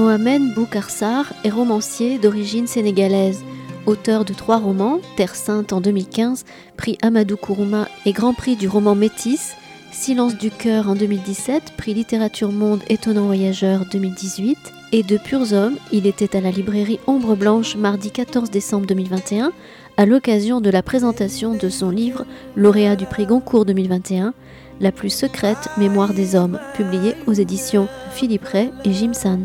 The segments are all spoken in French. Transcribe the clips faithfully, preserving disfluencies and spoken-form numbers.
Mohamed Boukarsar est romancier d'origine sénégalaise. Auteur de trois romans, Terre Sainte en deux mille quinze, prix Amadou Kourouma et Grand Prix du roman Métis, Silence du cœur en deux mille dix-sept, prix Littérature Monde Étonnant Voyageur deux mille dix-huit, et de Purs Hommes, il était à la librairie Ombre Blanche mardi quatorze décembre deux mille vingt et un, à l'occasion de la présentation de son livre lauréat du prix Goncourt deux mille vingt et un, La plus secrète mémoire des hommes, publié aux éditions Philippe Ray et Jim San.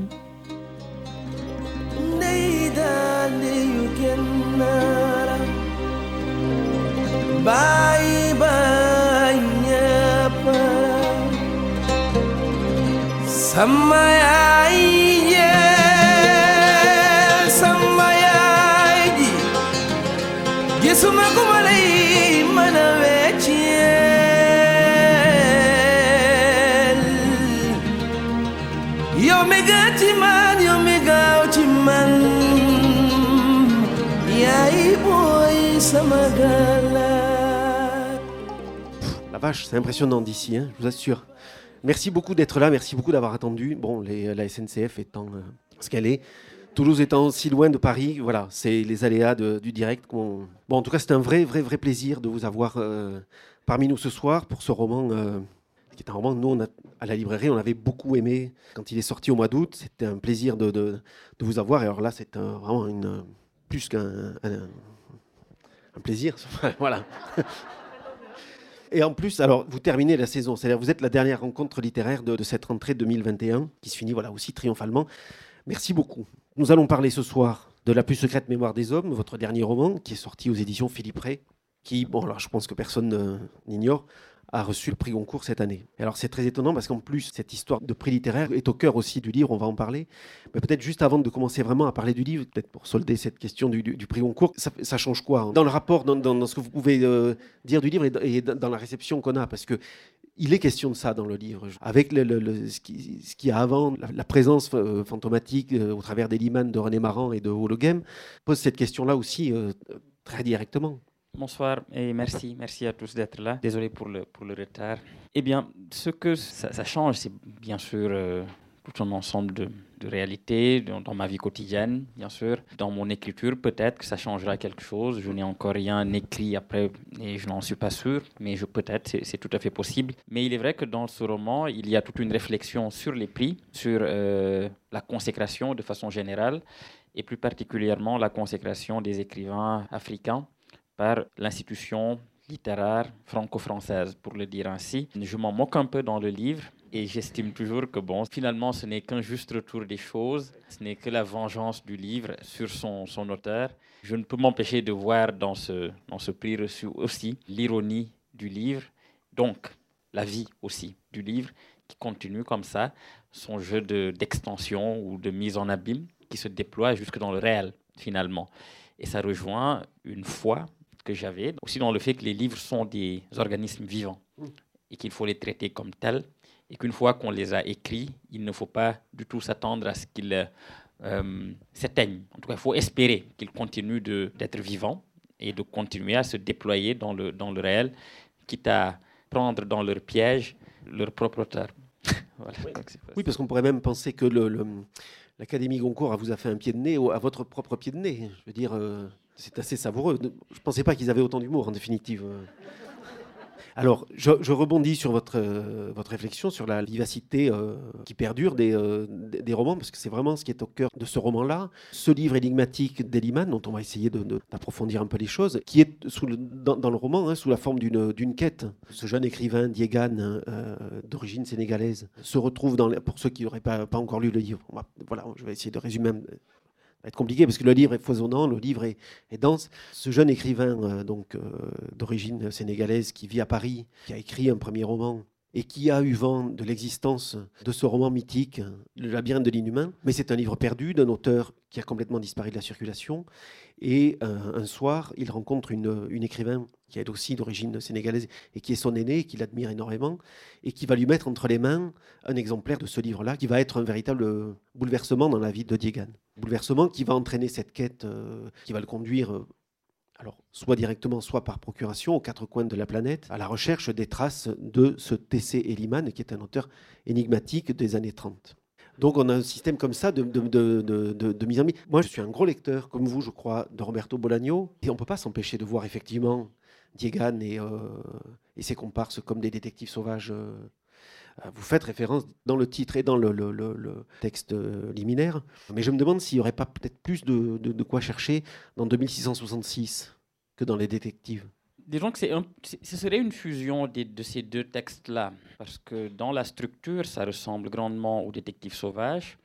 Bye bye nyapa samaya ye samaya ji gisuma kumalai manawechiel yo megati man yo megauti man yai boy samagala. La vache, c'est impressionnant d'ici, hein, je vous assure. Merci beaucoup d'être là, merci beaucoup d'avoir attendu. Bon, les, la S N C F étant euh, ce qu'elle est, Toulouse étant si loin de Paris, voilà, c'est les aléas de, du direct. Bon, en tout cas, c'est un vrai, vrai, vrai plaisir de vous avoir euh, parmi nous ce soir pour ce roman, euh, qui est un roman que nous, on a, à la librairie, on avait beaucoup aimé quand il est sorti au mois d'août. C'était un plaisir de, de, de vous avoir. Et alors là, c'est un, vraiment une, plus qu'un un, un plaisir. Voilà. Et en plus, alors, vous terminez la saison, c'est-à-dire vous êtes la dernière rencontre littéraire de, de cette rentrée deux mille vingt et un, qui se finit voilà, aussi triomphalement. Merci beaucoup. Nous allons parler ce soir de La plus secrète mémoire des hommes, votre dernier roman, qui est sorti aux éditions Philippe Ray, qui, bon, alors je pense que personne euh, n'ignore, a reçu le prix Goncourt cette année. Et alors c'est très étonnant parce qu'en plus, cette histoire de prix littéraire est au cœur aussi du livre, on va en parler. Mais peut-être juste avant de commencer vraiment à parler du livre, peut-être pour solder cette question du, du, du prix Goncourt, ça, ça change quoi hein, dans le rapport, dans, dans, dans ce que vous pouvez euh, dire du livre et, et dans la réception qu'on a, parce que il est question de ça dans le livre, avec le, le, le, ce qu'il qui y a avant, la, la présence euh, fantomatique euh, au travers des Liman de René Maran et de Hologem, pose cette question-là aussi euh, très directement. Bonsoir et merci, merci à tous d'être là. Désolé pour le, pour le retard. Eh bien, ce que ça, ça change, c'est bien sûr euh, tout un ensemble de, de réalités dans, dans ma vie quotidienne, bien sûr. Dans mon écriture, peut-être que ça changera quelque chose. Je n'ai encore rien écrit après et je n'en suis pas sûr, mais je, peut-être, c'est, c'est tout à fait possible. Mais il est vrai que dans ce roman, il y a toute une réflexion sur les prix, sur euh, la consécration de façon générale, et plus particulièrement la consécration des écrivains africains par l'institution littéraire franco-française, pour le dire ainsi. Je m'en moque un peu dans le livre et j'estime toujours que bon, finalement, ce n'est qu'un juste retour des choses, ce n'est que la vengeance du livre sur son, son auteur. Je ne peux m'empêcher de voir dans ce, dans ce prix reçu aussi l'ironie du livre, donc la vie aussi du livre, qui continue comme ça, son jeu de, d'extension ou de mise en abîme qui se déploie jusque dans le réel, finalement. Et ça rejoint une foi que j'avais, aussi dans le fait que les livres sont des organismes vivants et qu'il faut les traiter comme tels, et qu'une fois qu'on les a écrits, il ne faut pas du tout s'attendre à ce qu'ils euh, s'éteignent. En tout cas, il faut espérer qu'ils continuent de, d'être vivants et de continuer à se déployer dans le, dans le réel, quitte à prendre dans leur piège leur propre auteur. Voilà. Oui. Oui, parce qu'on pourrait même penser que le, le, l'Académie Goncourt vous a fait un pied de nez à votre propre pied de nez. Je veux dire... Euh... C'est assez savoureux. Je ne pensais pas qu'ils avaient autant d'humour, en définitive. Alors, je, je rebondis sur votre, euh, votre réflexion sur la vivacité euh, qui perdure des, euh, des romans, parce que c'est vraiment ce qui est au cœur de ce roman-là. Ce livre énigmatique d'Eliman, dont on va essayer de, de, d'approfondir un peu les choses, qui est sous le, dans, dans le roman hein, sous la forme d'une, d'une quête. Ce jeune écrivain, Diégane, euh, d'origine sénégalaise, se retrouve, dans les, pour ceux qui n'auraient pas, pas encore lu le livre, on va, voilà, je vais essayer de résumer un, être compliqué parce que le livre est foisonnant, le livre est, est dense. Ce jeune écrivain euh, donc, euh, d'origine sénégalaise qui vit à Paris, qui a écrit un premier roman et qui a eu vent de l'existence de ce roman mythique, Le labyrinthe de l'inhumain. Mais c'est un livre perdu d'un auteur qui a complètement disparu de la circulation. Et euh, un soir, il rencontre une, une écrivain qui est aussi d'origine sénégalaise et qui est son aîné, qu'il admire énormément, et qui va lui mettre entre les mains un exemplaire de ce livre-là, qui va être un véritable bouleversement dans la vie de Diégane. Bouleversement qui va entraîner cette quête, euh, qui va le conduire, euh, alors, soit directement, soit par procuration, aux quatre coins de la planète, à la recherche des traces de ce T C Eliman, qui est un auteur énigmatique des années trente. Donc on a un système comme ça de, de, de, de, de, de mise en mise. Moi, je suis un gros lecteur, comme vous, je crois, de Roberto Bolaño, et on ne peut pas s'empêcher de voir effectivement Diéganne et, euh, et ses comparses comme des détectives sauvages. Euh, vous faites référence dans le titre et dans le, le, le, le texte liminaire, mais je me demande s'il n'y aurait pas peut-être plus de, de, de quoi chercher dans deux mille six cent soixante-six que dans les détectives. Disons que c'est un, c'est, ce serait une fusion des, de ces deux textes-là, parce que dans la structure, ça ressemble grandement au détective sauvage,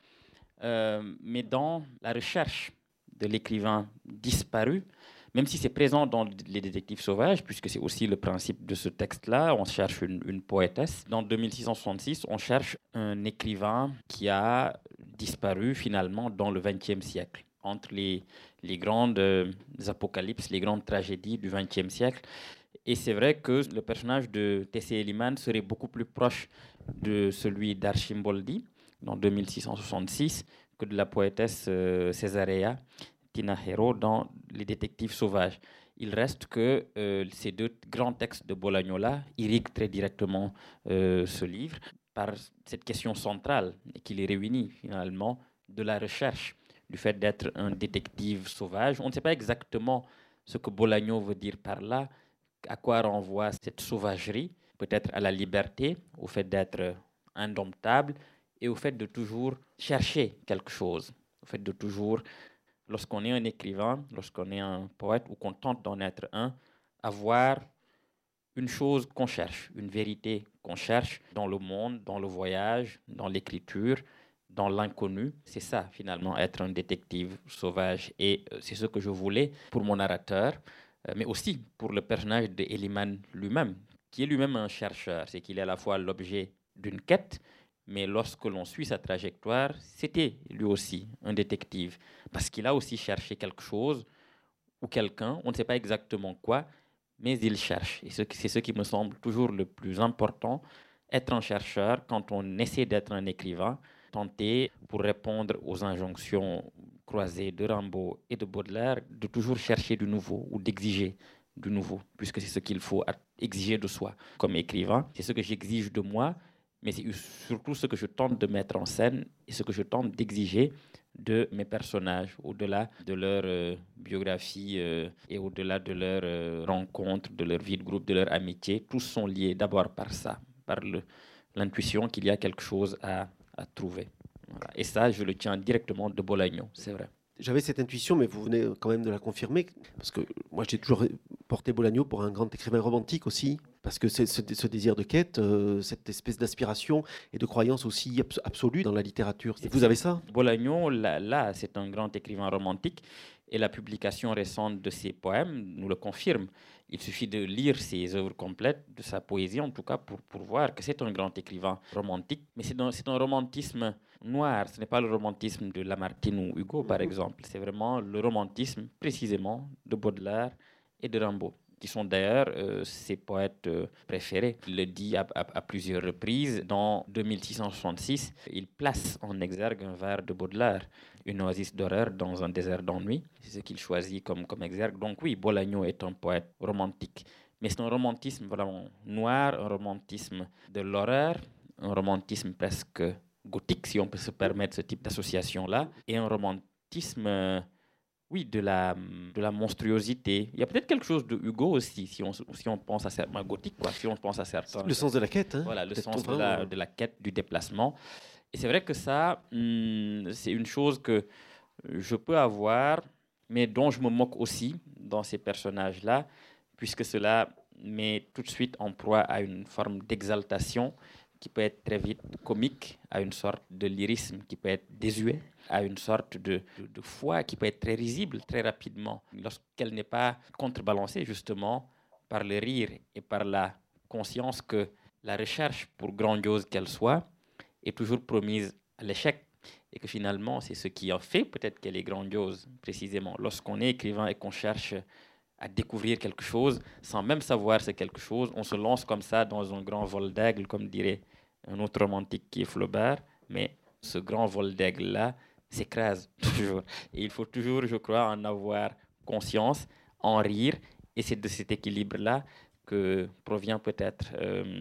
euh, mais dans la recherche de l'écrivain disparu, même si c'est présent dans les détectives sauvages, puisque c'est aussi le principe de ce texte-là, on cherche une, une poétesse. Dans deux mille six cent soixante-six, on cherche un écrivain qui a disparu finalement dans le vingtième siècle. Entre les, les grandes euh, apocalypses, les grandes tragédies du vingtième siècle. Et c'est vrai que le personnage de T C Eliman serait beaucoup plus proche de celui d'Archimboldi, dans deux mille six cent soixante-six, que de la poétesse euh, Césarea Tinajero dans Les détectives sauvages. Il reste que euh, ces deux grands textes de Bolaño-là irriguent très directement euh, ce livre par cette question centrale qui les réunit finalement de la recherche, du fait d'être un détective sauvage. On ne sait pas exactement ce que Bolaño veut dire par là, à quoi renvoie cette sauvagerie, peut-être à la liberté, au fait d'être indomptable et au fait de toujours chercher quelque chose, au fait de toujours, lorsqu'on est un écrivain, lorsqu'on est un poète ou qu'on tente d'en être un, avoir une chose qu'on cherche, une vérité qu'on cherche dans le monde, dans le voyage, dans l'écriture, dans l'inconnu. C'est ça, finalement, être un détective sauvage. Et euh, c'est ce que je voulais pour mon narrateur, euh, mais aussi pour le personnage de Eliman lui-même, qui est lui-même un chercheur. C'est qu'il est à la fois l'objet d'une quête, mais lorsque l'on suit sa trajectoire, c'était lui aussi un détective, parce qu'il a aussi cherché quelque chose ou quelqu'un, on ne sait pas exactement quoi, mais il cherche. Et c'est ce qui me semble toujours le plus important, être un chercheur quand on essaie d'être un écrivain, tenter, pour répondre aux injonctions croisées de Rimbaud et de Baudelaire, de toujours chercher du nouveau ou d'exiger du nouveau, puisque c'est ce qu'il faut exiger de soi comme écrivain. C'est ce que j'exige de moi, mais c'est surtout ce que je tente de mettre en scène et ce que je tente d'exiger de mes personnages, au-delà de leur euh, biographie euh, et au-delà de leur euh, rencontre, de leur vie de groupe, de leur amitié. Tous sont liés d'abord par ça, par le, l'intuition qu'il y a quelque chose à à trouver. Voilà. Et ça, je le tiens directement de Bolaño, c'est vrai. J'avais cette intuition, mais vous venez quand même de la confirmer, parce que moi j'ai toujours porté Bolaño pour un grand écrivain romantique aussi, parce que c'est ce, ce désir de quête, euh, cette espèce d'aspiration et de croyance aussi abs- absolue dans la littérature. Et vous avez ça ? Bolaño, là, là, c'est un grand écrivain romantique, et la publication récente de ses poèmes nous le confirme. Il suffit de lire ses œuvres complètes, de sa poésie en tout cas, pour, pour voir que c'est un grand écrivain romantique. Mais c'est un, c'est un romantisme noir, ce n'est pas le romantisme de Lamartine ou Hugo, par exemple. C'est vraiment le romantisme, précisément, de Baudelaire et de Rimbaud, qui sont d'ailleurs euh, ses poètes euh, préférés. Il le dit à, à, à plusieurs reprises. Dans deux mille six cent soixante-six, il place en exergue un vers de Baudelaire, une oasis d'horreur dans un désert d'ennui. C'est ce qu'il choisit comme, comme exergue. Donc oui, Bolaño est un poète romantique. Mais c'est un romantisme vraiment noir, un romantisme de l'horreur, un romantisme presque gothique, si on peut se permettre ce type d'association-là, et un romantisme... Euh, Oui, de la, de la monstruosité. Il y a peut-être quelque chose de Hugo aussi, si on, si on pense à certains gothiques, quoi, si on pense à certains. Le sens de la quête. Hein, voilà, le sens de la, de la quête, du déplacement. Et c'est vrai que ça, hum, c'est une chose que je peux avoir, mais dont je me moque aussi dans ces personnages-là, puisque cela met tout de suite en proie à une forme d'exaltation qui peut être très vite comique, à une sorte de lyrisme qui peut être désuet, à une sorte de, de, de foi qui peut être très risible très rapidement, lorsqu'elle n'est pas contrebalancée justement par le rire et par la conscience que la recherche, pour grandiose qu'elle soit, est toujours promise à l'échec et que finalement c'est ce qui en fait peut-être qu'elle est grandiose précisément. Lorsqu'on est écrivain et qu'on cherche à découvrir quelque chose, sans même savoir c'est quelque chose, on se lance comme ça dans un grand vol d'aigle, comme dirait un autre romantique qui est Flaubert, mais ce grand vol d'aigle-là s'écrase toujours. Et il faut toujours, je crois, en avoir conscience, en rire, et c'est de cet équilibre-là que provient peut-être euh,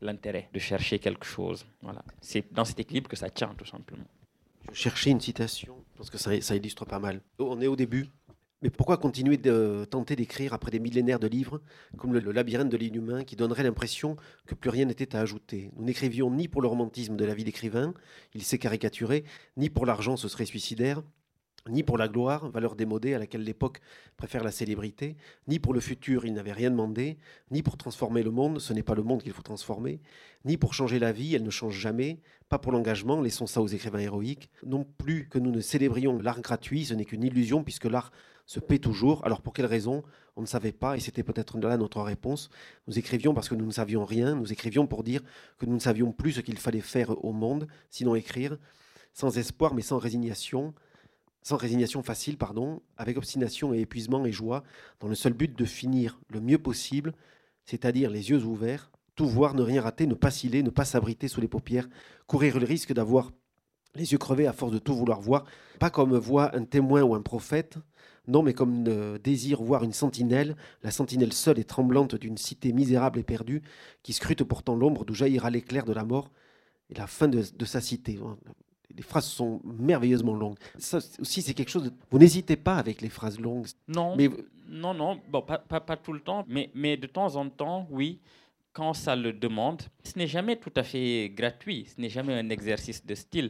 l'intérêt de chercher quelque chose. Voilà. C'est dans cet équilibre que ça tient, tout simplement. Je cherchais une citation, parce que ça, ça illustre pas mal. On est au début. Mais pourquoi continuer de tenter d'écrire après des millénaires de livres, comme le, le labyrinthe de l'inhumain, qui donnerait l'impression que plus rien n'était à ajouter? Nous n'écrivions ni pour le romantisme de la vie d'écrivain, il s'est caricaturé, ni pour l'argent, ce serait suicidaire, ni pour la gloire, valeur démodée à laquelle l'époque préfère la célébrité, ni pour le futur, il n'avait rien demandé, ni pour transformer le monde, ce n'est pas le monde qu'il faut transformer, ni pour changer la vie, elle ne change jamais, pas pour l'engagement, laissons ça aux écrivains héroïques, non plus que nous ne célébrions l'art gratuit, ce n'est qu'une illusion puisque l'art se paie toujours. Alors pour quelle raison? On ne savait pas, et c'était peut-être là notre réponse. Nous écrivions parce que nous ne savions rien, nous écrivions pour dire que nous ne savions plus ce qu'il fallait faire au monde, sinon écrire, sans espoir mais sans résignation, sans résignation facile, pardon, avec obstination et épuisement et joie, dans le seul but de finir le mieux possible, c'est-à-dire les yeux ouverts, tout voir, ne rien rater, ne pas sciller, ne pas s'abriter sous les paupières, courir le risque d'avoir les yeux crevés à force de tout vouloir voir, pas comme voit un témoin ou un prophète, non, mais comme euh, désire voir une sentinelle, la sentinelle seule et tremblante d'une cité misérable et perdue, qui scrute pourtant l'ombre d'où jaillira l'éclair de la mort et la fin de, de sa cité. Les phrases sont merveilleusement longues. Ça aussi, c'est quelque chose de... Vous n'hésitez pas avec les phrases longues. Non, mais... non, non, bon, pas, pas, pas tout le temps, mais, mais de temps en temps, oui, quand ça le demande. Ce n'est jamais tout à fait gratuit, ce n'est jamais un exercice de style.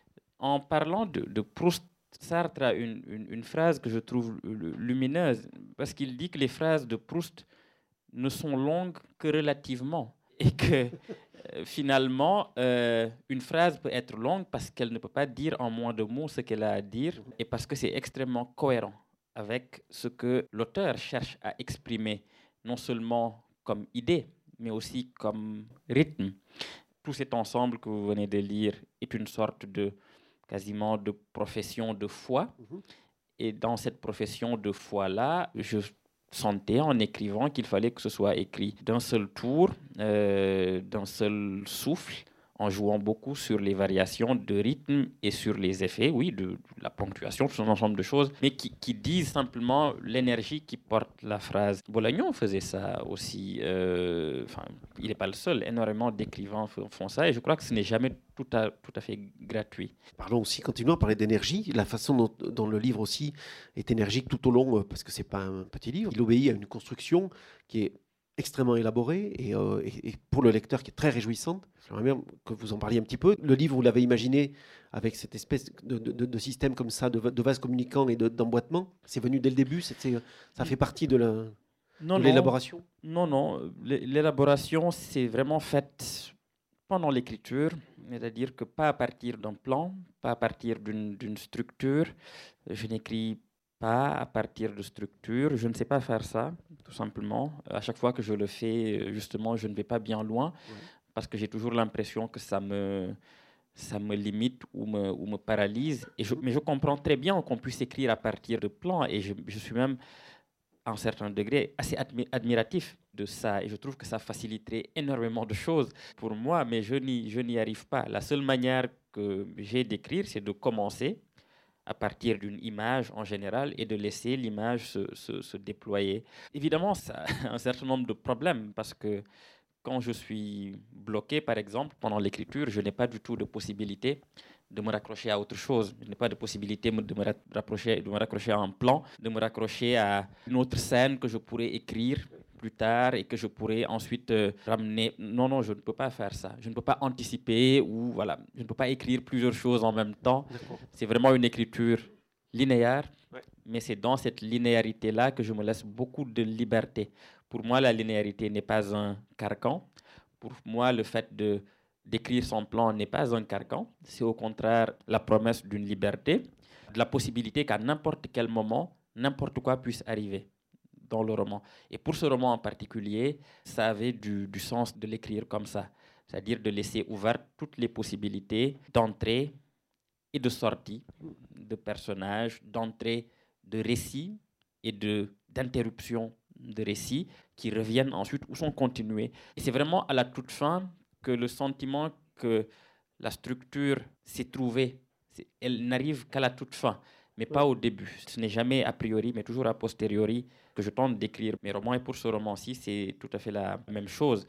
En parlant de, de Proust, Sartre a une, une, une phrase que je trouve lumineuse, parce qu'il dit que les phrases de Proust ne sont longues que relativement, et que euh, finalement, euh, une phrase peut être longue parce qu'elle ne peut pas dire en moins de mots ce qu'elle a à dire, et parce que c'est extrêmement cohérent avec ce que l'auteur cherche à exprimer, non seulement comme idée, mais aussi comme rythme. Tout cet ensemble que vous venez de lire est une sorte de quasiment de profession de foi. Mmh. Et dans cette profession de foi-là, je sentais en écrivant qu'il fallait que ce soit écrit d'un seul tour, euh, d'un seul souffle, en jouant beaucoup sur les variations de rythme et sur les effets, oui, de, de la ponctuation, tout un ensemble de choses, mais qui, qui disent simplement l'énergie qui porte la phrase. Bolagnon faisait ça aussi. Euh, enfin, il n'est pas le seul. Énormément d'écrivains font ça, et je crois que ce n'est jamais tout à, tout à fait gratuit. Parlons aussi, continuons à parler d'énergie. La façon dont, dont le livre aussi est énergique tout au long, parce que ce n'est pas un petit livre. Il obéit à une construction qui est extrêmement élaborée et, euh, et, et pour le lecteur qui est très réjouissante. J'aimerais bien que vous en parliez un petit peu. Le livre, vous l'avez imaginé avec cette espèce de, de, de système comme ça, de, de vase communicant et de, d'emboîtement. C'est venu dès le début, c'est, c'est, ça fait partie de, la, non, de l'élaboration. Non, non, l'élaboration, c'est vraiment faite pendant l'écriture, c'est-à-dire que pas à partir d'un plan, pas à partir d'une, d'une structure. Je n'écris pas à partir de structure. Je ne sais pas faire ça, tout simplement. À chaque fois que je le fais, justement, je ne vais pas bien loin, ouais. Parce que j'ai toujours l'impression que ça me, ça me limite ou me, ou me paralyse. Et je, mais je comprends très bien qu'on puisse écrire à partir de plans, et je, je suis même, à un certain degré, assez admi- admiratif de ça. Et je trouve que ça faciliterait énormément de choses pour moi, mais je n'y, je n'y arrive pas. La seule manière que j'ai d'écrire, c'est de commencer à partir d'une image en général et de laisser l'image se, se, se déployer. Évidemment, ça a un certain nombre de problèmes, parce que quand je suis bloqué, par exemple, pendant l'écriture, je n'ai pas du tout de possibilité de me raccrocher à autre chose. Je n'ai pas de possibilité de me raccrocher, de me raccrocher à un plan, de me raccrocher à une autre scène que je pourrais écrire plus tard et que je pourrais ensuite euh, ramener. Non, non, je ne peux pas faire ça. Je ne peux pas anticiper ou voilà, je ne peux pas écrire plusieurs choses en même temps. D'accord. C'est vraiment une écriture linéaire, ouais. Mais c'est dans cette linéarité-là que je me laisse beaucoup de liberté. Pour moi, la linéarité n'est pas un carcan. Pour moi, le fait de, d'écrire son plan n'est pas un carcan. C'est au contraire la promesse d'une liberté, de la possibilité qu'à n'importe quel moment, n'importe quoi puisse arriver dans le roman. Et pour ce roman en particulier, ça avait du, du sens de l'écrire comme ça, c'est-à-dire de laisser ouvertes toutes les possibilités d'entrée et de sortie de personnages, d'entrée de récits et de, d'interruption de récits qui reviennent ensuite ou sont continués. Et c'est vraiment à la toute fin que le sentiment que la structure s'est trouvée, c'est, elle n'arrive qu'à la toute fin, mais pas au début. Ce n'est jamais a priori, mais toujours a posteriori que je tente d'écrire mes romans. Et pour ce roman-ci, c'est tout à fait la même chose.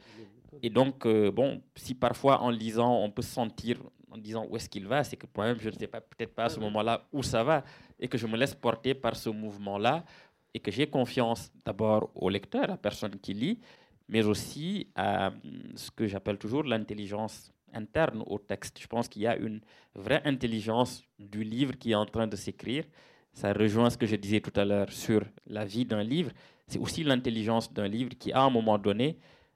Et donc, euh, bon, si parfois en lisant, on peut se sentir en disant où est-ce qu'il va, c'est que moi-même, je ne sais pas, peut-être pas à ce moment-là où ça va, et que je me laisse porter par ce mouvement-là, et que j'ai confiance d'abord au lecteur, à la personne qui lit, mais aussi à hum, ce que j'appelle toujours l'intelligence interne au texte. Je pense qu'il y a une vraie intelligence du livre qui est en train de s'écrire. Ça rejoint ce que je disais tout à l'heure sur la vie d'un livre. C'est aussi l'intelligence d'un livre qui, à un moment donné,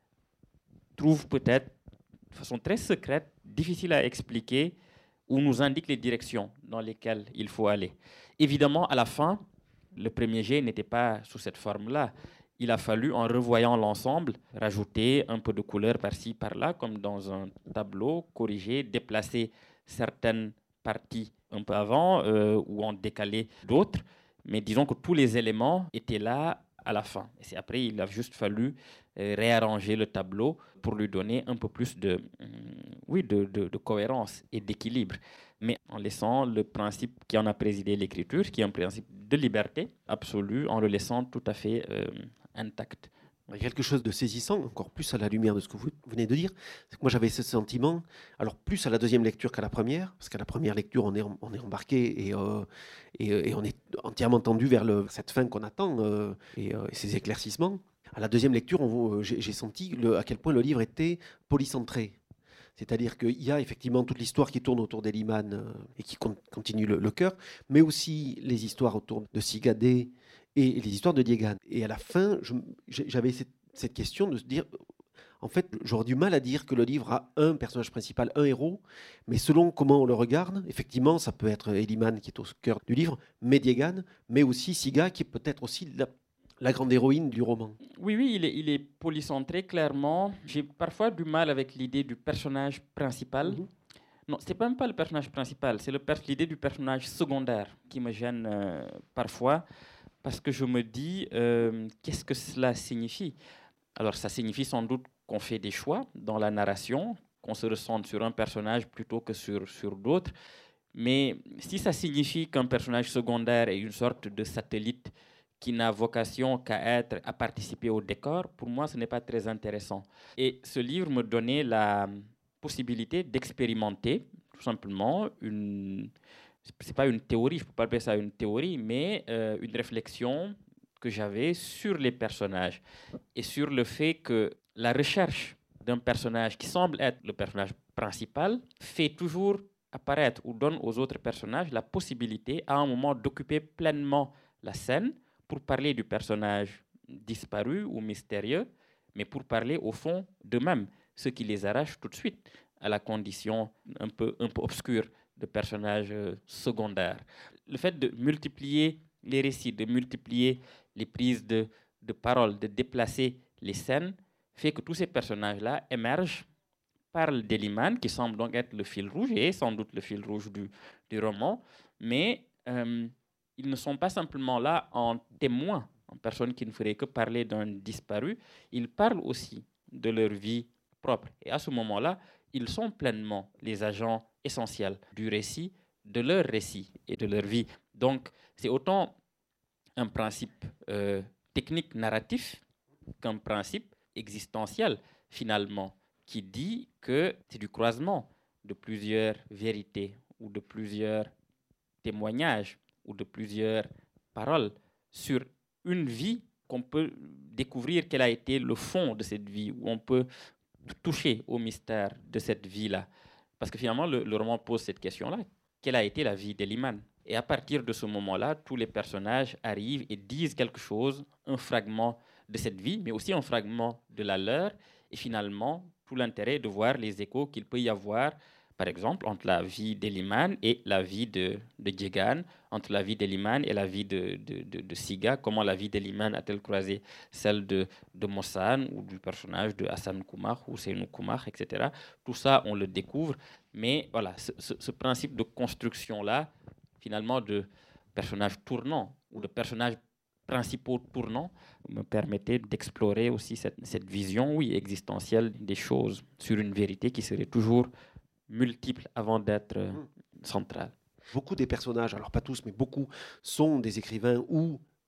trouve peut-être de façon très secrète, difficile à expliquer, ou nous indique les directions dans lesquelles il faut aller. Évidemment, à la fin, le premier jet n'était pas sous cette forme-là. Il a fallu, en revoyant l'ensemble, rajouter un peu de couleur par-ci, par-là, comme dans un tableau, corriger, déplacer certaines parties un peu avant euh, ou en décaler d'autres. Mais disons que tous les éléments étaient là à la fin. Et c'est après, il a juste fallu euh, réarranger le tableau pour lui donner un peu plus de, euh, oui, de, de, de cohérence et d'équilibre. Mais en laissant le principe qui en a présidé l'écriture, qui est un principe de liberté absolue, en le laissant tout à fait euh, intact. Il y a quelque chose de saisissant, encore plus à la lumière de ce que vous venez de dire. C'est que moi, j'avais ce sentiment, alors plus à la deuxième lecture qu'à la première, parce qu'à la première lecture, on est, on est embarqué et, euh, et, et on est entièrement tendu vers le, cette fin qu'on attend euh, et, euh, et ces éclaircissements. À la deuxième lecture, on, j'ai, j'ai senti le, à quel point le livre était polycentré. C'est-à-dire qu'il y a effectivement toute l'histoire qui tourne autour d'Eliman euh, et qui con- continue le, le cœur, mais aussi les histoires autour de Sigadé et les histoires de Diégane. Et à la fin, je, j'avais cette, cette question de se dire, en fait, j'aurais du mal à dire que le livre a un personnage principal, un héros, mais selon comment on le regarde, effectivement, ça peut être Eliman qui est au cœur du livre, mais Diégane, mais aussi Siga qui est peut-être aussi la, la grande héroïne du roman. Oui, oui, il est, il est polycentré, clairement. J'ai parfois du mal avec l'idée du personnage principal. Mm-hmm. Non, ce n'est même pas le personnage principal, c'est le pers- l'idée du personnage secondaire qui me gêne euh, parfois, parce que je me dis, euh, qu'est-ce que cela signifie ? Alors, ça signifie sans doute qu'on fait des choix dans la narration, qu'on se ressente sur un personnage plutôt que sur, sur d'autres. Mais si ça signifie qu'un personnage secondaire est une sorte de satellite qui n'a vocation qu'à être, à participer au décor, pour moi, ce n'est pas très intéressant. Et ce livre me donnait la possibilité d'expérimenter, tout simplement, une... c'est pas une théorie, je ne peux pas appeler ça une théorie, mais euh, une réflexion que j'avais sur les personnages et sur le fait que la recherche d'un personnage qui semble être le personnage principal fait toujours apparaître ou donne aux autres personnages la possibilité à un moment d'occuper pleinement la scène pour parler du personnage disparu ou mystérieux, mais pour parler au fond d'eux-mêmes, ce qui les arrache tout de suite à la condition un peu, un peu obscure de personnages euh, secondaires. Le fait de multiplier les récits, de multiplier les prises de, de parole, de déplacer les scènes, fait que tous ces personnages-là émergent, parlent d'Eliman, qui semble donc être le fil rouge, et sans doute le fil rouge du, du roman, mais euh, ils ne sont pas simplement là en témoins, en personnes qui ne feraient que parler d'un disparu, ils parlent aussi de leur vie propre. Et à ce moment-là, ils sont pleinement les agents essentiels du récit, de leur récit et de leur vie. Donc, c'est autant un principe euh, technique narratif qu'un principe existentiel, finalement, qui dit que c'est du croisement de plusieurs vérités ou de plusieurs témoignages ou de plusieurs paroles sur une vie qu'on peut découvrir quel a été le fond de cette vie, où on peut toucher au mystère de cette vie-là. Parce que finalement, le, le roman pose cette question-là. Quelle a été la vie d'Eliman ? Et à partir de ce moment-là, tous les personnages arrivent et disent quelque chose, un fragment de cette vie, mais aussi un fragment de la leur. Et finalement, tout l'intérêt de voir les échos qu'il peut y avoir, par exemple, entre la vie d'Eliman et la vie de, de Diégane, entre la vie d'Eliman et la vie de, de, de, de Siga. Comment la vie d'Eliman a-t-elle croisé celle de, de Mossan ou du personnage de Hassan Koumar ou Seynou Koumar, et cetera. Tout ça, on le découvre. Mais voilà, ce, ce, ce principe de construction-là, finalement, de personnages tournants ou de personnages principaux tournants, me permettait d'explorer aussi cette, cette vision, oui, existentielle des choses sur une vérité qui serait toujours multiples avant d'être euh, centrales. Beaucoup des personnages, alors pas tous, mais beaucoup, sont des écrivains ou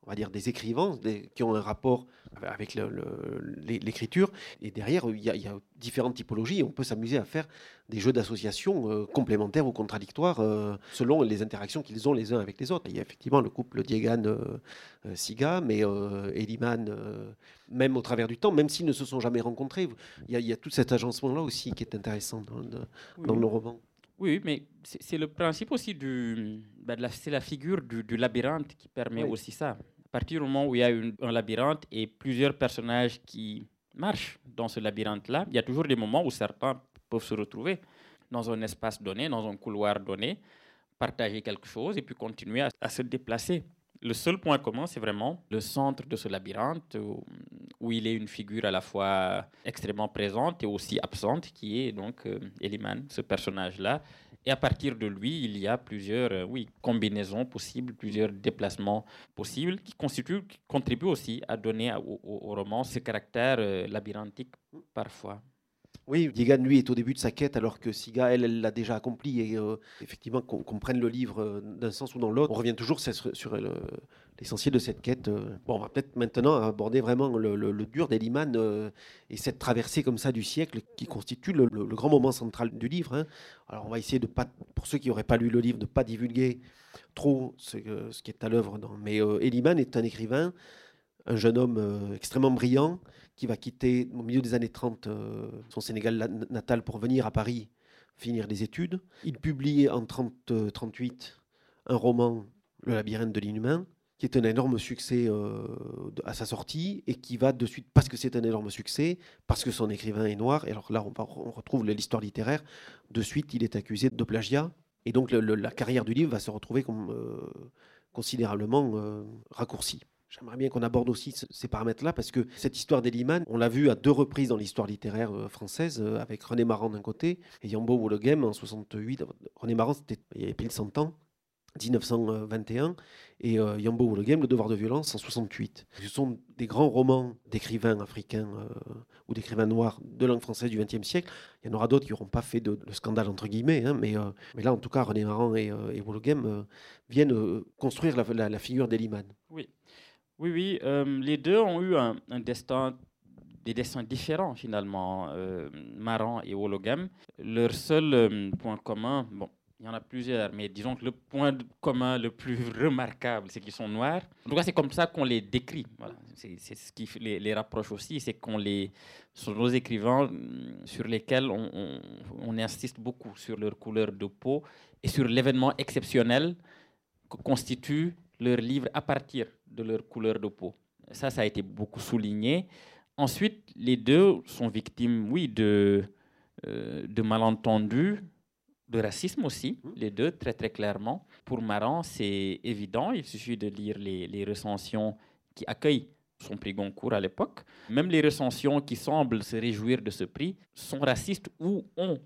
on va dire, des écrivains des, qui ont un rapport avec le, le, l'écriture. Et derrière, il y, a, il y a différentes typologies et on peut s'amuser à faire des jeux d'association euh, complémentaires ou contradictoires euh, selon les interactions qu'ils ont les uns avec les autres. Il y a effectivement le couple Diegan-Siga, euh, mais euh, Eliman, euh, même au travers du temps, même s'ils ne se sont jamais rencontrés, il y a, il y a tout cet agencement-là aussi qui est intéressant dans, de, Oui. dans le roman. Oui, mais c'est, c'est le principe aussi du... Ben de la, c'est la figure du, du labyrinthe qui permet oui. aussi ça. À partir du moment où il y a une, un labyrinthe et plusieurs personnages qui marchent dans ce labyrinthe-là, il y a toujours des moments où certains peuvent se retrouver dans un espace donné, dans un couloir donné, partager quelque chose et puis continuer à, à se déplacer. Le seul point commun, c'est vraiment le centre de ce labyrinthe où, où il est une figure à la fois extrêmement présente et aussi absente, qui est donc euh, Eliman, ce personnage-là. Et à partir de lui, il y a plusieurs euh, oui, combinaisons possibles, plusieurs déplacements possibles qui, constituent, qui contribuent aussi à donner au, au, au roman ce caractère euh, labyrinthique parfois. Oui, Diegan, lui, est au début de sa quête, alors que Siga, elle, elle l'a déjà accompli. Et euh, effectivement, qu'on, qu'on prenne le livre euh, d'un sens ou dans l'autre, on revient toujours sur, sur le, l'essentiel de cette quête. Euh. Bon, on va peut-être maintenant aborder vraiment le, le, le dur d'Eliman euh, et cette traversée comme ça du siècle qui constitue le, le, le grand moment central du livre. Hein. Alors, on va essayer de pas, pour ceux qui n'auraient pas lu le livre, de ne pas divulguer trop ce, ce qui est à l'œuvre. Dans. Mais euh, Eliman est un écrivain, un jeune homme euh, extrêmement brillant qui va quitter au milieu des années trente euh, son Sénégal natal pour venir à Paris finir des études. Il publie en trente trente-huit un roman, Le labyrinthe de l'inhumain, qui est un énorme succès euh, à sa sortie et qui va de suite, parce que c'est un énorme succès, parce que son écrivain est noir, et alors là on, va, on retrouve l'histoire littéraire, de suite il est accusé de plagiat. Et donc le, le, la carrière du livre va se retrouver comme, euh, considérablement euh, raccourcie. J'aimerais bien qu'on aborde aussi ces paramètres-là, parce que cette histoire d'Eliman, on l'a vu à deux reprises dans l'histoire littéraire française, avec René Maran d'un côté et Yambo Wologem en soixante-huit. René Maran, c'était il y avait pile cent ans, dix-neuf cent vingt et un, et euh, Yambo Wologem, Le devoir de violence, en soixante-huit. Ce sont des grands romans d'écrivains africains euh, ou d'écrivains noirs de langue française du vingtième siècle. Il y en aura d'autres qui n'auront pas fait de, de scandale, entre guillemets, hein, mais, euh, mais là, en tout cas, René Maran et, euh, et Wologem euh, viennent euh, construire la, la, la figure d'Eliman. Oui. Oui, oui, euh, les deux ont eu un, un destin, des destins différents finalement, euh, Maran et Wologem. Leur seul euh, point commun, bon, il y en a plusieurs, mais disons que le point commun le plus remarquable, c'est qu'ils sont noirs. En tout cas, c'est comme ça qu'on les décrit. Voilà. C'est, c'est ce qui les, les rapproche aussi, c'est qu'on les, sont nos écrivains sur lesquels on, on, on insiste beaucoup sur leur couleur de peau et sur l'événement exceptionnel que constitue leur livre à partir de leur couleur de peau. Ça, ça a été beaucoup souligné. Ensuite, les deux sont victimes, oui, de, euh, de malentendus, de racisme aussi, les deux, très très clairement. Pour Maran, c'est évident, il suffit de lire les, les recensions qui accueillent son prix Goncourt à l'époque. Même les recensions qui semblent se réjouir de ce prix sont racistes ou ont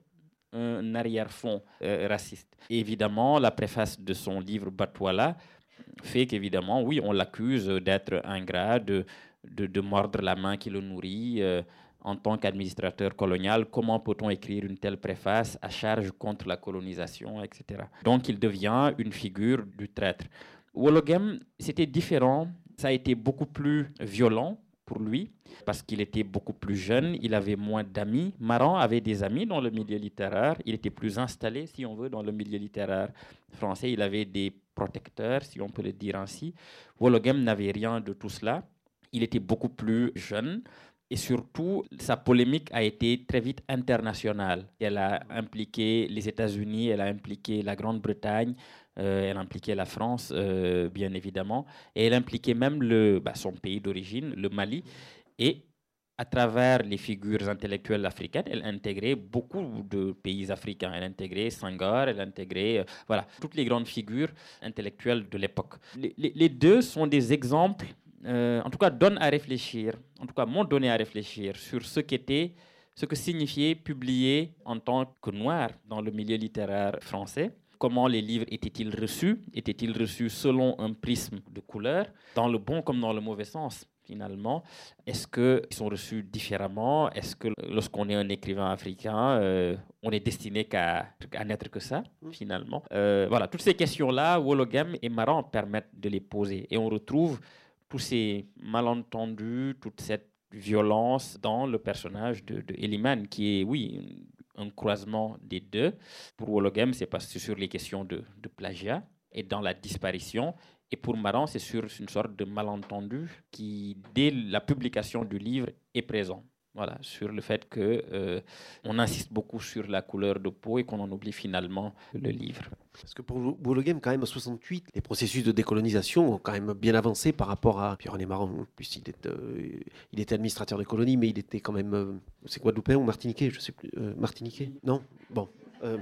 un arrière-fond euh, raciste. Et évidemment, la préface de son livre Batouala fait qu'évidemment, oui, on l'accuse d'être ingrat, de, de, de mordre la main qui le nourrit. Euh, en tant qu'administrateur colonial, comment peut-on écrire une telle préface à charge contre la colonisation, et cetera. Donc, il devient une figure du traître. Wologem, c'était différent. Ça a été beaucoup plus violent pour lui, parce qu'il était beaucoup plus jeune, il avait moins d'amis. Maran avait des amis dans le milieu littéraire, il était plus installé, si on veut, dans le milieu littéraire français. Il avait des protecteurs, si on peut le dire ainsi. Wologem n'avait rien de tout cela. Il était beaucoup plus jeune. Et surtout, sa polémique a été très vite internationale. Elle a impliqué les États-Unis, elle a impliqué la Grande-Bretagne, euh, elle a impliqué la France, euh, bien évidemment, et elle a impliqué même le, bah, son pays d'origine, le Mali. Et à travers les figures intellectuelles africaines, elle a intégré beaucoup de pays africains. Elle a intégré Senghor, elle a intégré euh, voilà, toutes les grandes figures intellectuelles de l'époque. Les, les, les deux sont des exemples. Euh, en tout cas, donne à réfléchir, en tout cas, m'ont donné à réfléchir sur ce qu'était, ce que signifiait publier en tant que noir dans le milieu littéraire français. Comment les livres étaient-ils reçus? Étaient-ils reçus selon un prisme de couleur, dans le bon comme dans le mauvais sens, finalement? Est-ce qu'ils sont reçus différemment? Est-ce que lorsqu'on est un écrivain africain, euh, on est destiné qu'à, à n'être que ça, finalement? euh, Voilà, toutes ces questions-là, Wologem et Maran permettent de les poser. Et on retrouve tous ces malentendus, toute cette violence dans le personnage de, de Eliman, qui est, oui, un, un croisement des deux. Pour Wologem, c'est parce que c'est sur les questions de, de plagiat et dans la disparition. Et pour Maran, c'est sur une sorte de malentendu qui, dès la publication du livre, est présent. Voilà, sur le fait qu'on euh, insiste beaucoup sur la couleur de peau et qu'on en oublie finalement le livre. Parce que pour Wologem, quand même, en soixante-huit, les processus de décolonisation ont quand même bien avancé par rapport à... Puis René Maran, en plus, il, est, euh, il était administrateur de colonies, mais il était quand même... Euh, c'est Guadeloupéen ou Martiniquais, je ne sais plus. Euh, Martiniquais ? Non ? Bon. Euh,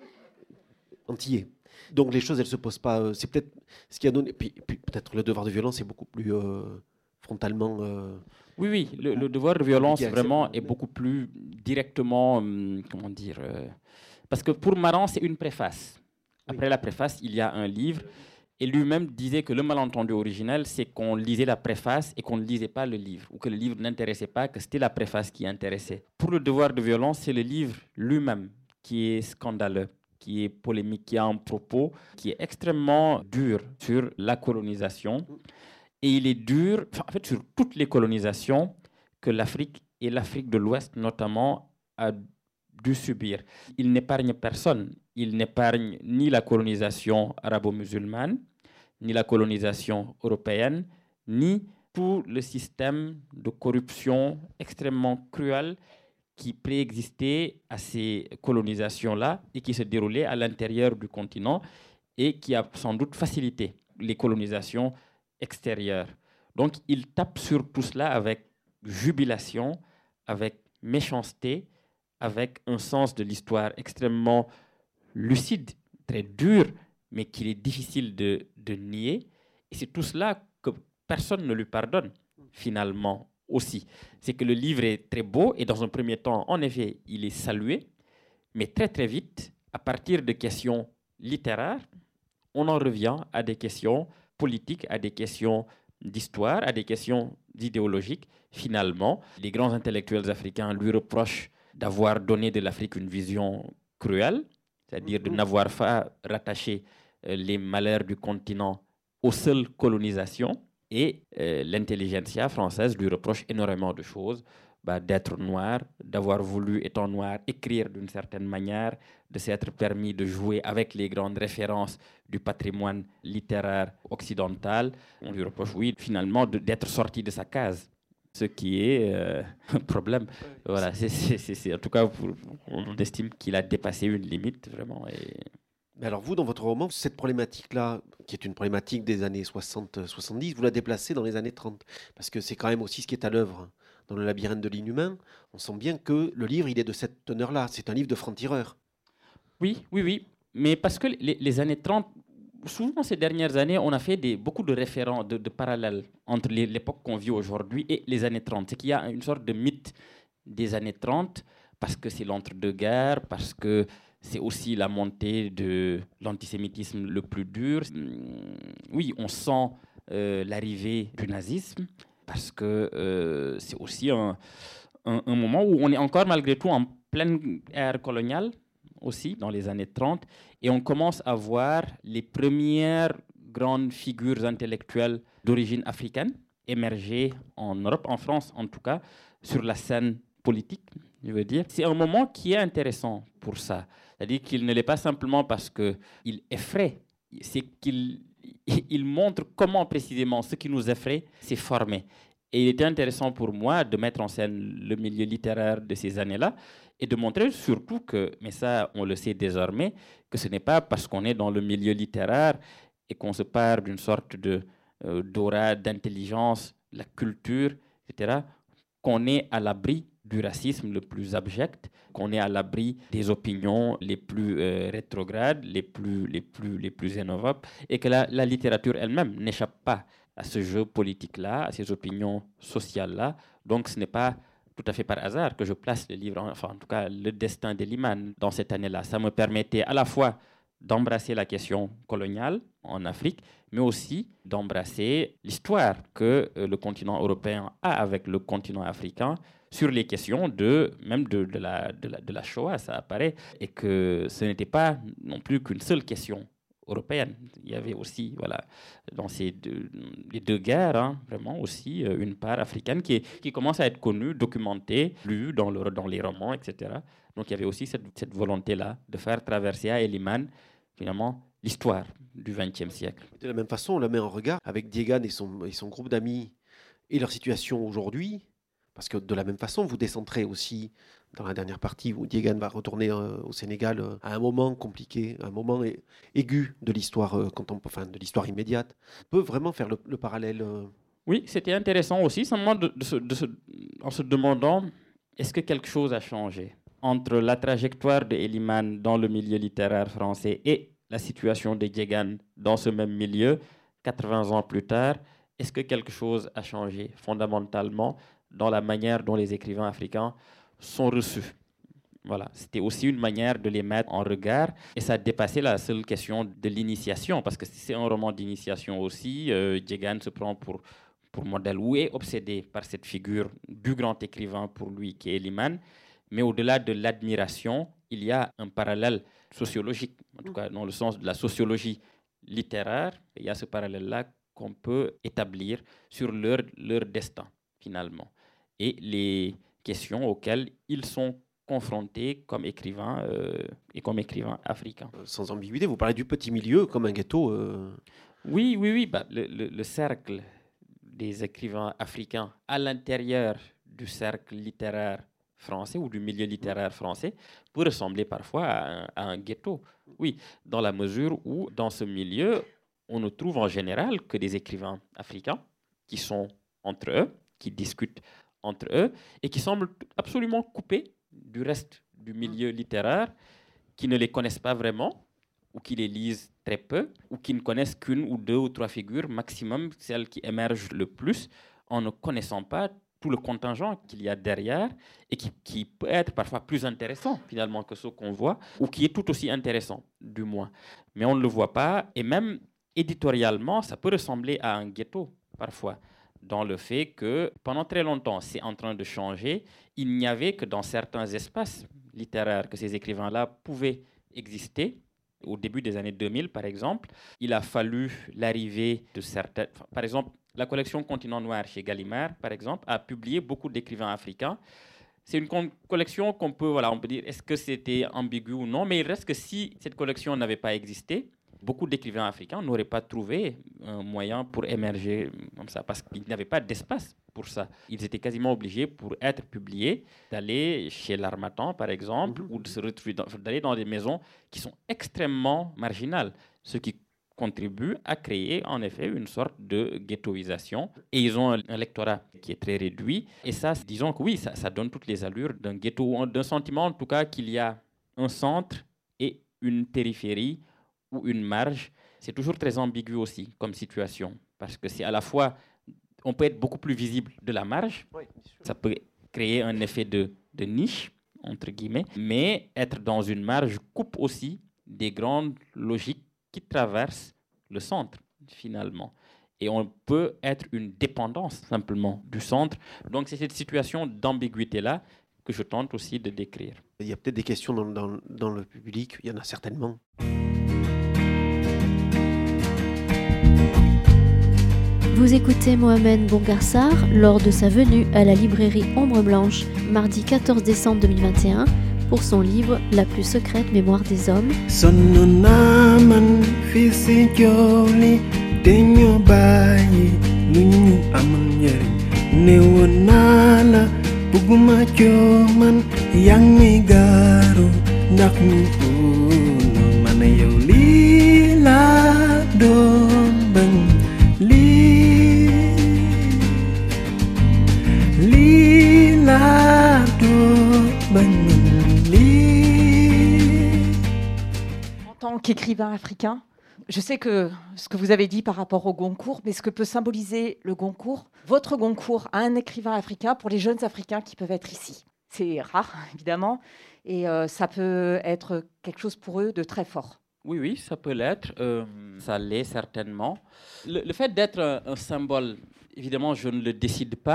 Antillais. Donc les choses, elles ne se posent pas... Euh, c'est peut-être ce qui a donné... Puis, puis peut-être le devoir de violence est beaucoup plus... Euh, frontalement... Euh, oui, oui, le, le devoir de violence vraiment est beaucoup plus directement, hum, comment dire, euh, parce que pour Maran, c'est une préface. Après oui. la préface, il y a un livre, et lui-même disait que le malentendu originel, c'est qu'on lisait la préface et qu'on ne lisait pas le livre, ou que le livre n'intéressait pas, que c'était la préface qui intéressait. Pour le devoir de violence, c'est le livre lui-même qui est scandaleux, qui est polémique, qui a un propos qui est extrêmement dur sur la colonisation. Et il est dur, en fait, sur toutes les colonisations que l'Afrique et l'Afrique de l'Ouest notamment a dû subir. Il n'épargne personne. Il n'épargne ni la colonisation arabo-musulmane, ni la colonisation européenne, ni tout le système de corruption extrêmement cruel qui préexistait à ces colonisations-là et qui se déroulait à l'intérieur du continent et qui a sans doute facilité les colonisations extérieures. Donc, il tape sur tout cela avec jubilation, avec méchanceté, avec un sens de l'histoire extrêmement lucide, très dur, mais qu'il est difficile de, de nier. Et c'est tout cela que personne ne lui pardonne, finalement, aussi. C'est que le livre est très beau, et dans un premier temps, en effet, il est salué, mais très très vite, à partir de questions littéraires, on en revient à des questions politiques, à des questions d'histoire, à des questions idéologiques. Finalement, les grands intellectuels africains lui reprochent d'avoir donné de l'Afrique une vision cruelle, c'est-à-dire de n'avoir pas rattaché euh, les malheurs du continent aux seules colonisations. Et euh, l'intelligentsia française lui reproche énormément de choses, bah, d'être noir, d'avoir voulu, étant noir, écrire d'une certaine manière, de s'être permis de jouer avec les grandes références du patrimoine littéraire occidental. On lui reproche, oui, finalement, de, d'être sorti de sa case, ce qui est euh, un problème. Voilà, c'est, c'est, c'est, c'est, en tout cas, pour, on estime qu'il a dépassé une limite, vraiment. Et... Mais alors vous, dans votre roman, cette problématique-là, qui est une problématique des années soixante soixante-dix, vous la déplacez dans les années trente, parce que c'est quand même aussi ce qui est à l'œuvre dans le labyrinthe de l'inhumain. On sent bien que le livre, il est de cette teneur-là. C'est un livre de franc-tireur. Oui, oui, oui. Mais parce que les, les années trente, souvent ces dernières années, on a fait des, beaucoup de référents, de, de parallèles entre les, l'époque qu'on vit aujourd'hui et les années trente. C'est qu'il y a une sorte de mythe des années trente, parce que c'est l'entre-deux-guerres, parce que c'est aussi la montée de l'antisémitisme le plus dur. Oui, on sent euh, l'arrivée du nazisme, parce que euh, c'est aussi un, un, un moment où on est encore malgré tout en pleine ère coloniale, aussi dans les années trente, et on commence à voir les premières grandes figures intellectuelles d'origine africaine émerger en Europe, en France en tout cas, sur la scène politique, je veux dire. C'est un moment qui est intéressant pour ça. C'est-à-dire qu'il ne l'est pas simplement parce qu'il effraie, c'est qu'il il montre comment précisément ce qui nous effraie s'est formé. Et il était intéressant pour moi de mettre en scène le milieu littéraire de ces années-là et de montrer surtout que, mais ça on le sait désormais, que ce n'est pas parce qu'on est dans le milieu littéraire et qu'on se part d'une sorte de, euh, d'aura, d'intelligence, la culture, et cetera, qu'on est à l'abri du racisme le plus abject, qu'on est à l'abri des opinions les plus euh, rétrogrades, les plus, les plus, les plus innovantes, et que la, la littérature elle-même n'échappe pas à ce jeu politique-là, à ces opinions sociales-là. Donc ce n'est pas tout à fait par hasard que je place le livre, enfin en tout cas le destin d'Eliman dans cette année-là. Ça me permettait à la fois d'embrasser la question coloniale en Afrique, mais aussi d'embrasser l'histoire que euh, le continent européen a avec le continent africain sur les questions de, même de, de, la, de, la, de la Shoah, ça apparaît, et que ce n'était pas non plus qu'une seule question européenne. Il y avait aussi, voilà, dans ces deux, les deux guerres, hein, vraiment aussi euh, une part africaine qui, est, qui commence à être connue, documentée, lue dans, le, dans les romans, et cetera. Donc il y avait aussi cette, cette volonté-là de faire traverser à Eliman, finalement, l'histoire du vingtième siècle. De la même façon, on la met en regard avec Diégane et son, et son groupe d'amis et leur situation aujourd'hui, parce que de la même façon, vous décentrez aussi dans la dernière partie où Diégane va retourner euh, au Sénégal euh, à un moment compliqué, un moment é- aigu de l'histoire euh, contempo- enfin, de l'histoire immédiate. On peut vraiment faire le, le parallèle. Euh... Oui, c'était intéressant aussi, simplement de, de se, de se, en se demandant est-ce que quelque chose a changé entre la trajectoire de Eliman dans le milieu littéraire français et la situation de Diégane dans ce même milieu, quatre-vingts ans plus tard. Est-ce que quelque chose a changé fondamentalement dans la manière dont les écrivains africains sont reçus? Voilà, c'était aussi une manière de les mettre en regard, et ça dépassait la seule question de l'initiation, parce que c'est un roman d'initiation aussi. Euh, Diégane se prend pour, pour modèle ou est obsédé par cette figure du grand écrivain pour lui qui est Eliman. Mais au-delà de l'admiration, il y a un parallèle sociologique, en tout cas dans le sens de la sociologie littéraire. Il y a ce parallèle-là qu'on peut établir sur leur, leur destin, finalement, et les questions auxquelles ils sont confrontés comme écrivains euh, et comme écrivains africains. Sans ambiguïté, vous parlez du petit milieu comme un ghetto. Euh... Oui, oui, oui. Bah, le, le, le cercle des écrivains africains à l'intérieur du cercle littéraire français ou du milieu littéraire français peut ressembler parfois à un, à un ghetto. Oui, dans la mesure où, dans ce milieu, on ne trouve en général que des écrivains africains qui sont entre eux, qui discutent entre eux et qui semblent absolument coupés du reste du milieu littéraire, qui ne les connaissent pas vraiment ou qui les lisent très peu ou qui ne connaissent qu'une ou deux ou trois figures maximum, celles qui émergent le plus, en ne connaissant pas tout le contingent qu'il y a derrière et qui, qui peut être parfois plus intéressant finalement que ce qu'on voit, ou qui est tout aussi intéressant, du moins. Mais on ne le voit pas, et même éditorialement, ça peut ressembler à un ghetto parfois, dans le fait que pendant très longtemps, c'est en train de changer. Il n'y avait que dans certains espaces littéraires que ces écrivains-là pouvaient exister. Au début des années deux mille, par exemple, il a fallu l'arrivée de certains... Par exemple, la collection Continent Noir chez Gallimard, par exemple, a publié beaucoup d'écrivains africains. C'est une con- collection qu'on peut, voilà, on peut dire, est-ce que c'était ambigu ou non, mais il reste que si cette collection n'avait pas existé, beaucoup d'écrivains africains n'auraient pas trouvé un moyen pour émerger comme ça, parce qu'ils n'avaient pas d'espace pour ça. Ils étaient quasiment obligés, pour être publiés, d'aller chez l'Harmattan, par exemple, mmh. ou de se retrouver dans, d'aller dans des maisons qui sont extrêmement marginales, ce qui contribue à créer en effet une sorte de ghettoisation. Et ils ont un, un lectorat qui est très réduit. Et ça, disons que oui, ça, ça donne toutes les allures d'un ghetto, d'un sentiment en tout cas qu'il y a un centre et une périphérie ou une marge. C'est toujours très ambigu aussi comme situation, parce que c'est à la fois, on peut être beaucoup plus visible de la marge, oui, ça peut créer un effet de, de niche, entre guillemets, mais être dans une marge coupe aussi des grandes logiques qui traversent le centre, finalement. Et on peut être une dépendance, simplement, du centre. Donc, c'est cette situation d'ambiguïté-là que je tente aussi de décrire. Il y a peut-être des questions dans, dans, dans le public, il y en a certainement. Vous écoutez Mohamed Bongarsar lors de sa venue à la librairie Ombre Blanche, mardi quatorze décembre deux mille vingt et un, pour son livre La plus secrète mémoire des hommes. En tant qu'écrivain africain, je sais que ce que vous avez dit par rapport au Goncourt, mais ce que peut symboliser le Goncourt, votre Goncourt à un écrivain africain pour les jeunes Africains qui peuvent être ici. C'est rare, évidemment, et euh, ça peut être quelque chose pour eux de très fort. Oui, oui, ça peut l'être. Euh, ça l'est certainement. Le, le fait d'être un, un symbole, évidemment, je ne le décide pas.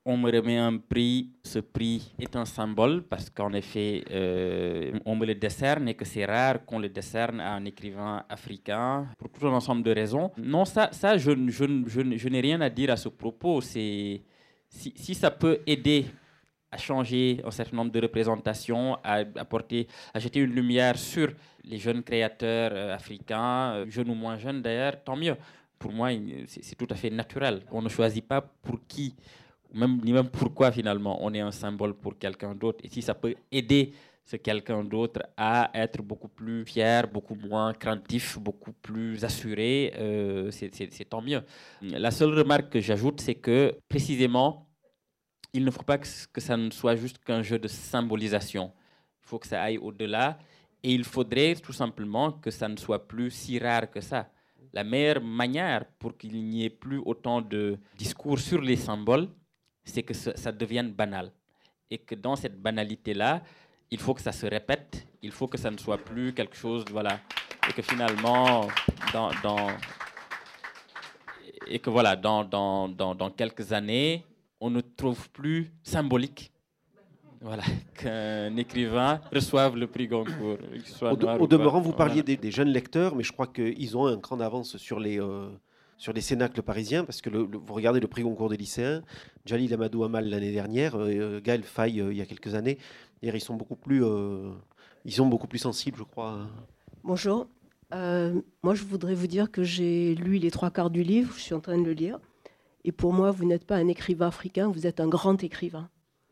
on me remet un prix, ce prix est un symbole parce qu'en effet, euh, on me le décerne et que c'est rare qu'on le décerne à un écrivain africain pour tout un ensemble de raisons. Non, ça, ça je, je, je, je n'ai rien à dire à ce propos. C'est, si, si ça peut aider à changer un certain nombre de représentations, à apporter, à jeter une lumière sur les jeunes créateurs euh, africains, euh, jeunes ou moins jeunes d'ailleurs, tant mieux. Pour moi, c'est, c'est tout à fait naturel. On ne choisit pas pour qui, même, ni même pourquoi finalement on est un symbole pour quelqu'un d'autre. Et si ça peut aider ce quelqu'un d'autre à être beaucoup plus fier, beaucoup moins craintif, beaucoup plus assuré, euh, c'est, c'est, c'est tant mieux. La seule remarque que j'ajoute, c'est que précisément, il ne faut pas que, que ça ne soit juste qu'un jeu de symbolisation. Il faut que ça aille au-delà. Et il faudrait tout simplement que ça ne soit plus si rare que ça. La meilleure manière pour qu'il n'y ait plus autant de discours sur les symboles, c'est que ça, ça devienne banal. Et que dans cette banalité-là, il faut que ça se répète. Il faut que ça ne soit plus quelque chose, voilà. Et que finalement, dans, dans, et que voilà, dans, dans, dans, dans quelques années, on ne trouve plus symbolique, voilà, qu'un écrivain reçoive le prix Goncourt. Au, de, au demeurant, vous parliez voilà. des, des jeunes lecteurs, mais je crois qu'ils ont un cran d'avance sur les, euh, sur les cénacles parisiens, parce que le, le, vous regardez le prix Goncourt des lycéens, Djalil Amadou Amal l'année dernière, euh, Gaël Faye euh, il y a quelques années, et ils sont beaucoup plus, euh, ils sont beaucoup plus sensibles, je crois. Bonjour. Euh, moi, je voudrais vous dire que j'ai lu les trois quarts du livre, je suis en train de le lire. Et pour moi, vous n'êtes pas un écrivain africain, vous êtes un grand écrivain.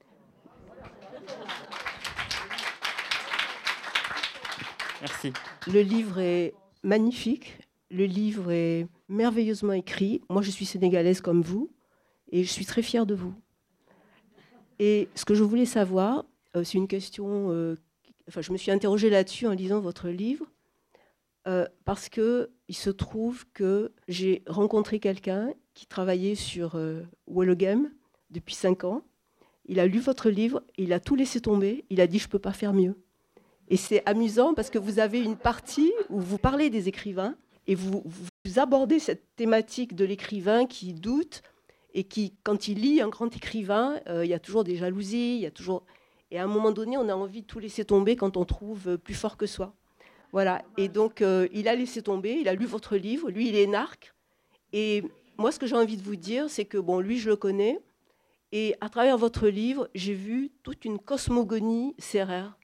Merci. Le livre est magnifique, le livre est merveilleusement écrit. Moi, je suis sénégalaise comme vous, et je suis très fière de vous. Et ce que je voulais savoir, euh, c'est une question... Euh, enfin, je me suis interrogée là-dessus en lisant votre livre, euh, parce qu'il se trouve que j'ai rencontré quelqu'un qui travaillait sur euh, Wellogem depuis cinq ans. Il a lu votre livre, et il a tout laissé tomber. Il a dit « je ne peux pas faire mieux ». Et c'est amusant parce que vous avez une partie où vous parlez des écrivains et vous, vous abordez cette thématique de l'écrivain qui doute et qui, quand il lit un grand écrivain, euh, il y a toujours des jalousies, il y a toujours... Et à un moment donné, on a envie de tout laisser tomber quand on trouve plus fort que soi. Voilà. Et donc, euh, il a laissé tomber, il a lu votre livre. Lui, il est énarque. Et... moi, ce que j'ai envie de vous dire, c'est que, bon, lui, je le connais, et à travers votre livre, j'ai vu toute une cosmogonie sérère.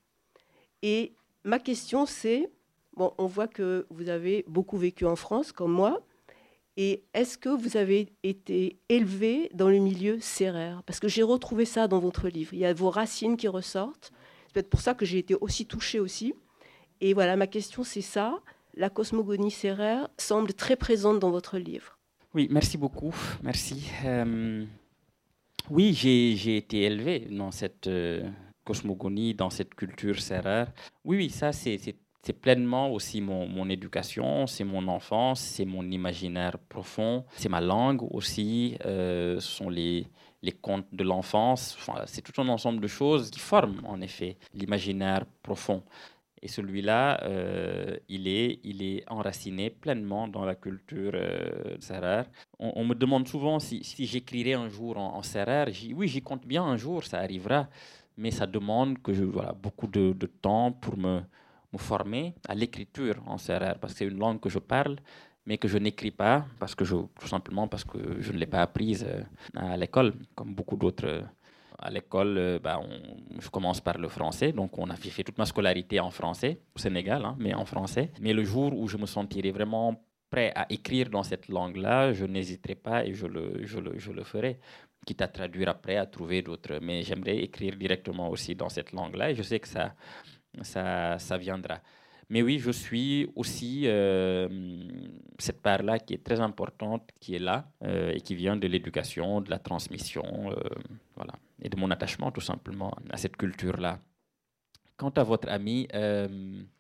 Et ma question, c'est, bon, on voit que vous avez beaucoup vécu en France, comme moi, et est-ce que vous avez été élevé dans le milieu sérère? Parce que j'ai retrouvé ça dans votre livre. Il y a vos racines qui ressortent. C'est peut-être pour ça que j'ai été aussi touchée aussi. Et voilà, ma question, c'est ça. La cosmogonie sérère semble très présente dans votre livre. Oui, merci beaucoup, merci. Euh, oui, j'ai, j'ai été élevé dans cette euh, cosmogonie, dans cette culture sérère. Oui, oui, ça, c'est, c'est, c'est pleinement aussi mon, mon éducation, c'est mon enfance, c'est mon imaginaire profond, c'est ma langue aussi, euh, ce sont les, les contes de l'enfance. Enfin, c'est tout un ensemble de choses qui forment, en effet, l'imaginaire profond. Et celui-là, euh, il, est, il est enraciné pleinement dans la culture euh, sérère. On, on me demande souvent si, si j'écrirai un jour en, en sérère. J'y, oui, j'y compte bien un jour, ça arrivera. Mais ça demande que je, voilà, beaucoup de, de temps pour me, me former à l'écriture en sérère. Parce que c'est une langue que je parle, mais que je n'écris pas, parce que je, tout simplement parce que je ne l'ai pas apprise euh, à l'école, comme beaucoup d'autres... Euh, À l'école, euh, bah, on, je commence par le français, donc on a fait toute ma scolarité en français, au Sénégal, hein, mais en français. Mais le jour où je me sentirai vraiment prêt à écrire dans cette langue-là, je n'hésiterai pas et je le, je le, je le ferai, quitte à traduire après, à trouver d'autres. Mais j'aimerais écrire directement aussi dans cette langue-là et je sais que ça, ça, ça viendra. Mais oui, je suis aussi euh, cette part-là qui est très importante, qui est là euh, et qui vient de l'éducation, de la transmission, euh, voilà, et de mon attachement tout simplement à cette culture-là. Quant à votre ami, euh,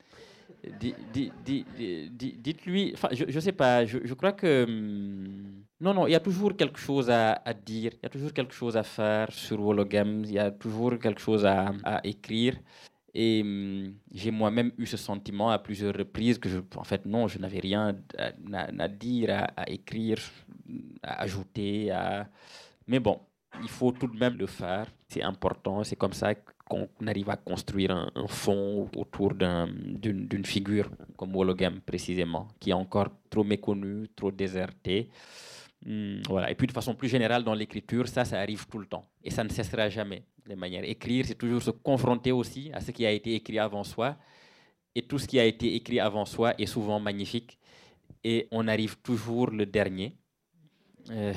di, di, di, di, dites-lui, enfin, je ne sais pas, je, je crois que hum, non, non, il y a toujours quelque chose à, à dire, il y a toujours quelque chose à faire sur Wellogem, il y a toujours quelque chose à, à écrire. Et hum, j'ai moi-même eu ce sentiment à plusieurs reprises que, je, en fait, non, je n'avais rien à, à, à dire, à, à écrire, à ajouter. À... Mais bon, il faut tout de même le faire. C'est important, c'est comme ça qu'on arrive à construire un, un fond autour d'un, d'une, d'une figure comme Wologam précisément, qui est encore trop méconnue, trop désertée. Hum, voilà. Et puis de façon plus générale dans l'écriture, ça, ça arrive tout le temps. Et ça ne cessera jamais de manière. Écrire, c'est toujours se confronter aussi à ce qui a été écrit avant soi. Et tout ce qui a été écrit avant soi est souvent magnifique. Et on arrive toujours le dernier. Euh,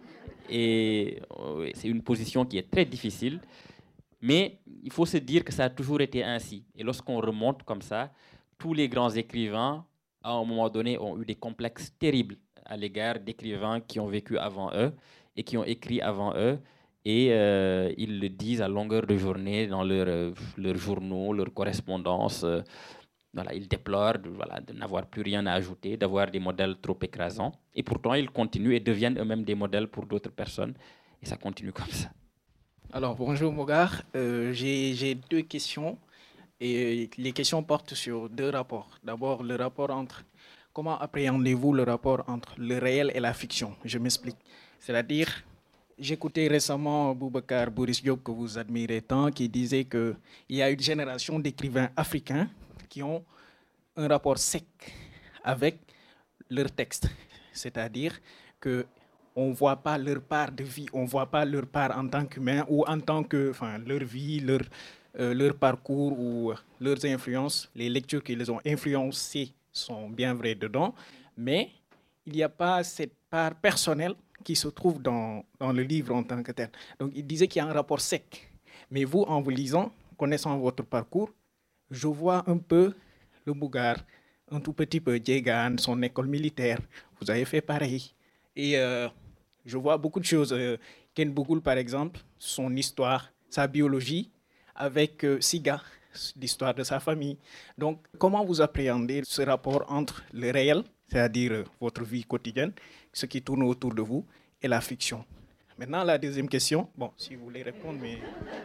et euh, c'est une position qui est très difficile. Mais il faut se dire que ça a toujours été ainsi. Et lorsqu'on remonte comme ça, tous les grands écrivains, à un moment donné, ont eu des complexes terribles à l'égard d'écrivains qui ont vécu avant eux et qui ont écrit avant eux. Et euh, ils le disent à longueur de journée dans leurs euh, leurs journaux, leurs correspondances. Euh, voilà, ils déplorent de, voilà, de n'avoir plus rien à ajouter, d'avoir des modèles trop écrasants. Et pourtant, ils continuent et deviennent eux-mêmes des modèles pour d'autres personnes. Et ça continue comme ça. Alors, bonjour Mogar. Euh, j'ai, j'ai deux questions. Et les questions portent sur deux rapports. D'abord, le rapport entre... Comment appréhendez-vous le rapport entre le réel et la fiction? Je m'explique. C'est-à-dire, j'écoutais récemment Boubacar Boris Diop, que vous admirez tant, qui disait qu'il y a une génération d'écrivains africains qui ont un rapport sec avec leur texte. C'est-à-dire que on ne voit pas leur part de vie, on ne voit pas leur part en tant qu'humain ou en tant que, enfin, leur vie, leur, euh, leur parcours ou leurs influences, les lectures qui les ont influencés sont bien vraies dedans, mais il n'y a pas cette part personnelle qui se trouve dans, dans le livre en tant que tel. Donc il disait qu'il y a un rapport sec. Mais vous, en vous lisant, connaissant votre parcours, je vois un peu le Bougar, un tout petit peu Djegan, son école militaire. Vous avez fait pareil. Et euh, je vois beaucoup de choses. Euh, Ken Bougoul, par exemple, son histoire, sa biologie, avec euh, Siga, l'histoire de sa famille. Donc, comment vous appréhendez ce rapport entre le réel, c'est-à-dire euh, votre vie quotidienne, ce qui tourne autour de vous, et la fiction? Maintenant, la deuxième question, bon, si vous voulez répondre, mais...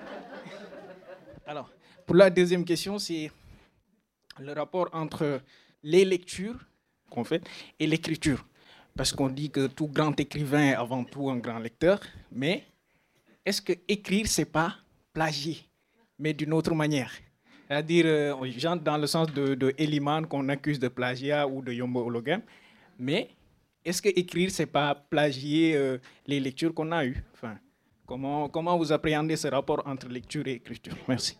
Alors, pour la deuxième question, c'est le rapport entre les lectures qu'on fait et l'écriture. Parce qu'on dit que tout grand écrivain est avant tout un grand lecteur, mais est-ce que écrire, c'est pas plagier, mais d'une autre manière? C'est-à-dire, euh, j'entre dans le sens de, de Eliman qu'on accuse de plagiat ou de Yombo Ologem, mais est-ce que écrire, c'est pas plagier euh, les lectures qu'on a eues? Enfin, comment, comment vous appréhendez ce rapport entre lecture et écriture? Merci.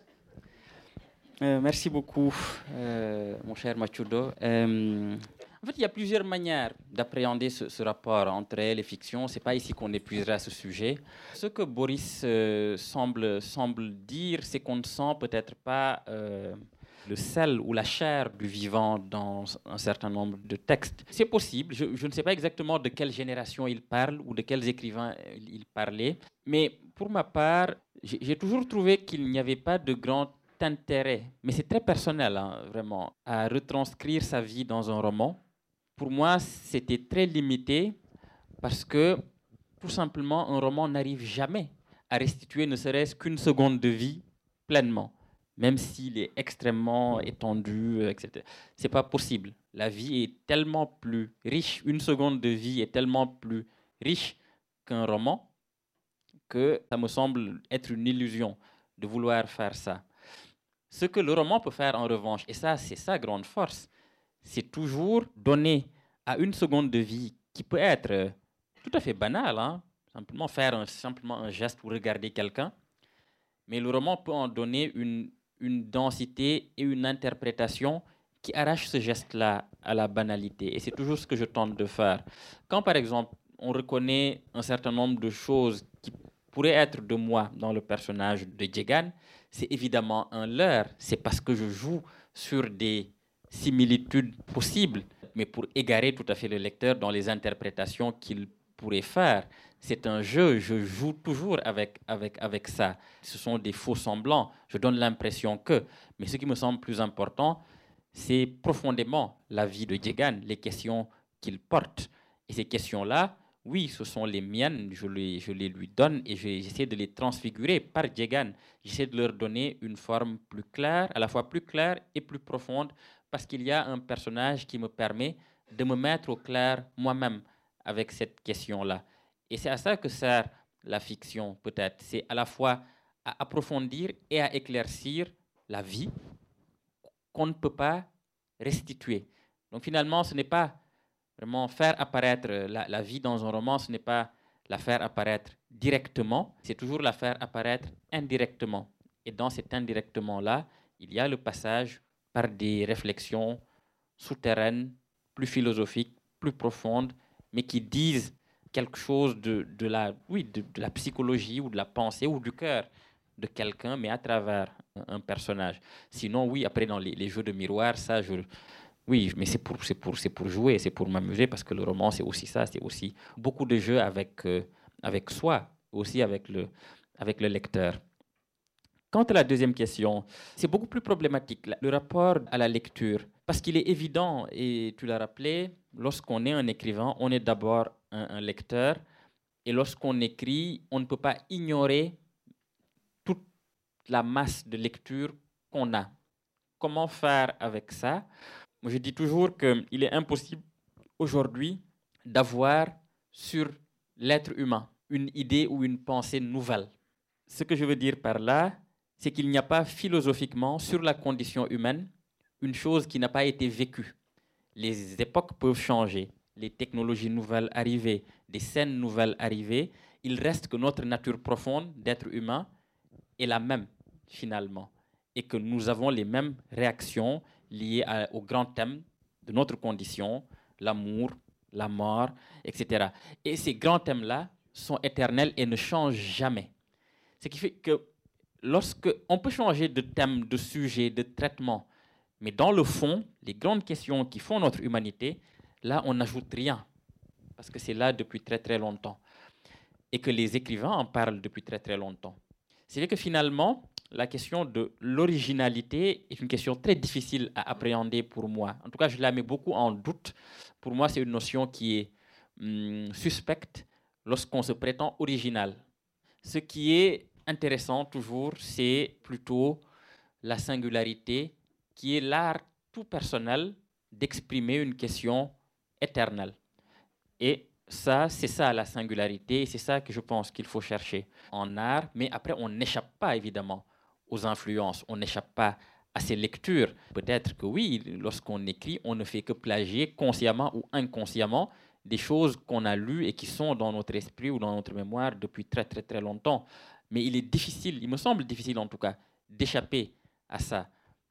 Euh, merci beaucoup, euh, mon cher Machudo. Euh, en fait, il y a plusieurs manières d'appréhender ce, ce rapport entre réel et fiction. Ce n'est pas ici qu'on épuisera ce sujet. Ce que Boris euh, semble, semble dire, c'est qu'on ne sent peut-être pas euh, le sel ou la chair du vivant dans un certain nombre de textes. C'est possible. Je, je ne sais pas exactement de quelle génération il parle ou de quels écrivains il parlait. Mais pour ma part, j'ai, j'ai toujours trouvé qu'il n'y avait pas de grand intérêt, mais c'est très personnel, hein, vraiment, à retranscrire sa vie dans un roman. Pour moi, c'était très limité parce que, tout simplement, un roman n'arrive jamais à restituer ne serait-ce qu'une seconde de vie pleinement, même s'il est extrêmement étendu, et cetera. C'est pas possible. La vie est tellement plus riche, une seconde de vie est tellement plus riche qu'un roman que ça me semble être une illusion de vouloir faire ça. Ce que le roman peut faire en revanche, et ça c'est sa grande force, c'est toujours donner à une seconde de vie qui peut être tout à fait banale, hein, simplement faire un, simplement un geste pour regarder quelqu'un, mais le roman peut en donner une, une densité et une interprétation qui arrache ce geste-là à la banalité. Et c'est toujours ce que je tente de faire. Quand par exemple on reconnaît un certain nombre de choses qui pourraient être de moi dans le personnage de Djegan, c'est évidemment un leurre. C'est parce que je joue sur des similitudes possibles, mais pour égarer tout à fait le lecteur dans les interprétations qu'il pourrait faire. C'est un jeu, je joue toujours avec, avec, avec ça. Ce sont des faux semblants, je donne l'impression que. Mais ce qui me semble plus important, c'est profondément la vie de Djegan, les questions qu'il porte. Et ces questions-là, oui, ce sont les miennes, je les, je les lui donne et j'essaie de les transfigurer par Djegan. J'essaie de leur donner une forme plus claire, à la fois plus claire et plus profonde, parce qu'il y a un personnage qui me permet de me mettre au clair moi-même avec cette question-là. Et c'est à ça que sert la fiction, peut-être. C'est à la fois à approfondir et à éclaircir la vie qu'on ne peut pas restituer. Donc finalement, ce n'est pas vraiment faire apparaître la, la vie dans un roman, ce n'est pas la faire apparaître directement, c'est toujours la faire apparaître indirectement. Et dans cet indirectement-là, il y a le passage par des réflexions souterraines, plus philosophiques, plus profondes, mais qui disent quelque chose de, de, la, oui, de, de la psychologie ou de la pensée ou du cœur de quelqu'un, mais à travers un, un personnage. Sinon, oui, après, dans les, les jeux de miroir, ça, je... Oui, mais c'est pour, c'est pour, c'est pour jouer, c'est pour m'amuser, parce que le roman, c'est aussi ça, c'est aussi beaucoup de jeux avec, euh, avec soi, aussi avec le, avec le lecteur. Quant à la deuxième question, c'est beaucoup plus problématique, le rapport à la lecture, parce qu'il est évident, et tu l'as rappelé, lorsqu'on est un écrivain, on est d'abord un, un lecteur, et lorsqu'on écrit, on ne peut pas ignorer toute la masse de lecture qu'on a. Comment faire avec ça ? Je dis toujours qu'il est impossible aujourd'hui d'avoir sur l'être humain une idée ou une pensée nouvelle. Ce que je veux dire par là, c'est qu'il n'y a pas philosophiquement sur la condition humaine une chose qui n'a pas été vécue. Les époques peuvent changer, les technologies nouvelles arriver, des scènes nouvelles arriver. Il reste que notre nature profonde d'être humain est la même finalement et que nous avons les mêmes réactions liées à, au grand thème de notre condition, l'amour, la mort, et cetera. Et ces grands thèmes-là sont éternels et ne changent jamais. Ce qui fait que lorsque on peut changer de thème, de sujet, de traitement, mais dans le fond, les grandes questions qui font notre humanité, là, on n'ajoute rien, parce que c'est là depuis très très longtemps, et que les écrivains en parlent depuis très très longtemps. C'est vrai que finalement, la question de l'originalité est une question très difficile à appréhender pour moi. En tout cas, je la mets beaucoup en doute. Pour moi, c'est une notion qui est hum, suspecte lorsqu'on se prétend original. Ce qui est intéressant toujours, c'est plutôt la singularité, qui est l'art tout personnel d'exprimer une question éternelle. Et ça, c'est ça la singularité, et c'est ça que je pense qu'il faut chercher en art. Mais après, on n'échappe pas évidemment aux influences, on n'échappe pas à ces lectures. Peut-être que oui, lorsqu'on écrit, on ne fait que plagier consciemment ou inconsciemment des choses qu'on a lues et qui sont dans notre esprit ou dans notre mémoire depuis très très très longtemps. Mais il est difficile, il me semble difficile en tout cas, d'échapper à ça.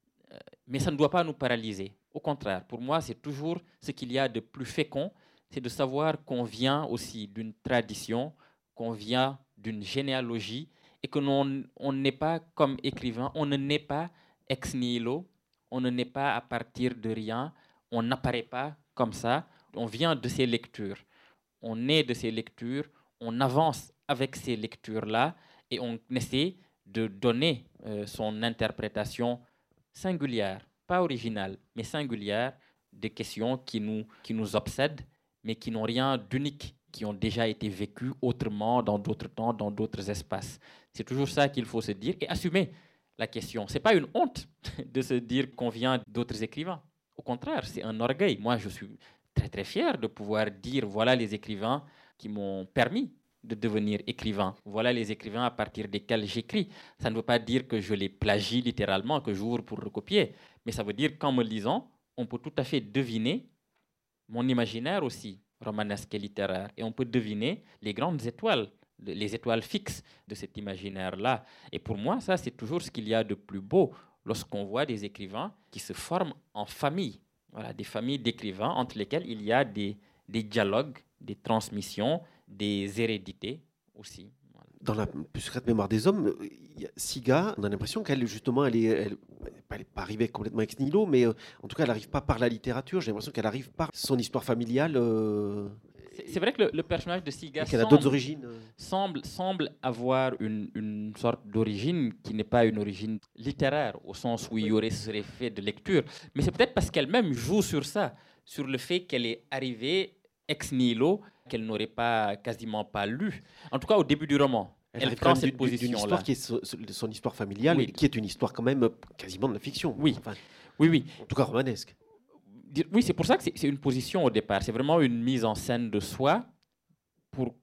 Mais ça ne doit pas nous paralyser. Au contraire, pour moi, c'est toujours ce qu'il y a de plus fécond, c'est de savoir qu'on vient aussi d'une tradition, qu'on vient d'une généalogie, et que l'on on n'est pas comme écrivain, on ne naît pas ex nihilo, on ne naît pas à partir de rien, on n'apparaît pas comme ça, on vient de ces lectures, on naît de ces lectures, on avance avec ces lectures-là, et on essaie de donner euh, son interprétation singulière, pas originale, mais singulière, des questions qui nous, qui nous obsèdent, mais qui n'ont rien d'unique, qui ont déjà été vécues autrement, dans d'autres temps, dans d'autres espaces. C'est toujours ça qu'il faut se dire et assumer la question. Ce n'est pas une honte de se dire qu'on vient d'autres écrivains. Au contraire, c'est un orgueil. Moi, je suis très, très fier de pouvoir dire, voilà les écrivains qui m'ont permis de devenir écrivain. Voilà les écrivains à partir desquels j'écris. Ça ne veut pas dire que je les plagie littéralement, que j'ouvre pour recopier, mais ça veut dire qu'en me lisant, on peut tout à fait deviner mon imaginaire aussi, romanesque et littéraire, et on peut deviner les grandes étoiles, les étoiles fixes de cet imaginaire-là. Et pour moi, ça, c'est toujours ce qu'il y a de plus beau lorsqu'on voit des écrivains qui se forment en famille. Voilà, des familles d'écrivains entre lesquelles il y a des, des dialogues, des transmissions, des hérédités aussi. Voilà. Dans la plus secrète mémoire des hommes, Siga, on a l'impression qu'elle, justement, elle est, elle, elle n'est pas arrivée complètement ex nihilo, mais euh, en tout cas, elle n'arrive pas par la littérature. J'ai l'impression qu'elle arrive par son histoire familiale. Euh, c'est, c'est vrai que le, le personnage de Siga qu'elle semble, a d'autres origines. semble, semble avoir une, une sorte d'origine qui n'est pas une origine littéraire, au sens où il y aurait ce serait fait de lecture. Mais c'est peut-être parce qu'elle-même joue sur ça, sur le fait qu'elle est arrivée ex nihilo, qu'elle n'aurait pas, quasiment pas lu. En tout cas, au début du roman. Elle, elle prend cette position-là. D'une histoire qui est so, son histoire familiale, oui. Qui est une histoire quand même quasiment de la fiction. Oui, enfin, oui, oui. En tout cas romanesque. Oui, c'est pour ça que c'est, c'est une position au départ. C'est vraiment une mise en scène de soi pour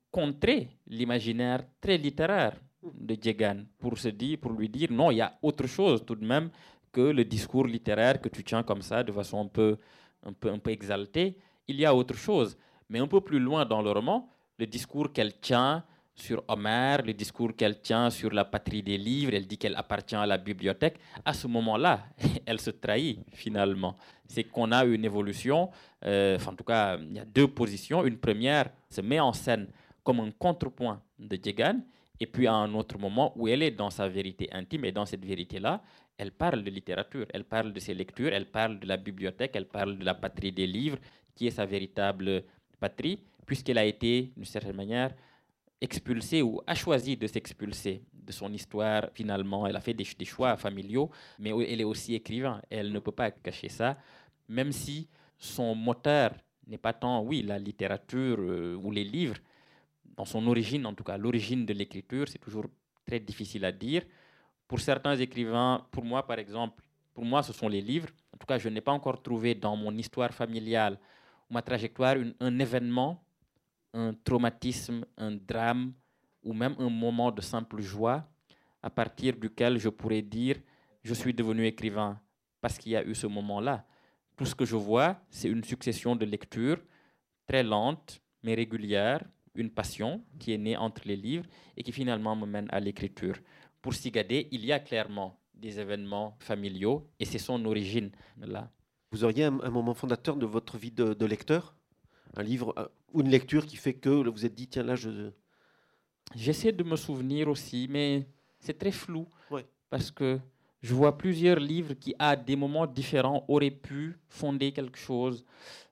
contrer l'imaginaire très littéraire de Djegan pour, se dire, pour lui dire non, il y a autre chose tout de même que le discours littéraire que tu tiens comme ça, de façon un peu, un peu, un peu exaltée. Il y a autre chose. Mais un peu plus loin dans le roman, le discours qu'elle tient sur Homère, le discours qu'elle tient sur la patrie des livres, elle dit qu'elle appartient à la bibliothèque. À ce moment-là, elle se trahit finalement. C'est qu'on a une évolution, euh, enfin, en tout cas, il y a deux positions. Une première se met en scène comme un contrepoint de Djegan, et puis à un autre moment où elle est dans sa vérité intime, et dans cette vérité-là, elle parle de littérature, elle parle de ses lectures, elle parle de la bibliothèque, elle parle de la patrie des livres, qui est sa véritable patrie, puisqu'elle a été, d'une certaine manière, expulsée ou a choisi de s'expulser de son histoire finalement. Elle a fait des, des choix familiaux, mais elle est aussi écrivain. Et elle ne peut pas cacher ça, même si son moteur n'est pas tant, oui, la littérature euh, ou les livres. Dans son origine, en tout cas, l'origine de l'écriture, c'est toujours très difficile à dire. Pour certains écrivains, pour moi par exemple, pour moi ce sont les livres. En tout cas, je n'ai pas encore trouvé dans mon histoire familiale ou ma trajectoire une, un événement, un traumatisme, un drame ou même un moment de simple joie à partir duquel je pourrais dire je suis devenu écrivain parce qu'il y a eu ce moment-là. Tout ce que je vois, c'est une succession de lectures très lentes mais régulières, une passion qui est née entre les livres et qui finalement me mène à l'écriture. Pour Sigadé, il y a clairement des événements familiaux et c'est son origine là. Vous auriez un, un moment fondateur de votre vie de, de lecteur ? Un livre euh, ou une lecture qui fait que vous vous êtes dit, tiens là, je... J'essaie de me souvenir aussi, mais c'est très flou. Ouais. Parce que je vois plusieurs livres qui, à des moments différents, auraient pu fonder quelque chose.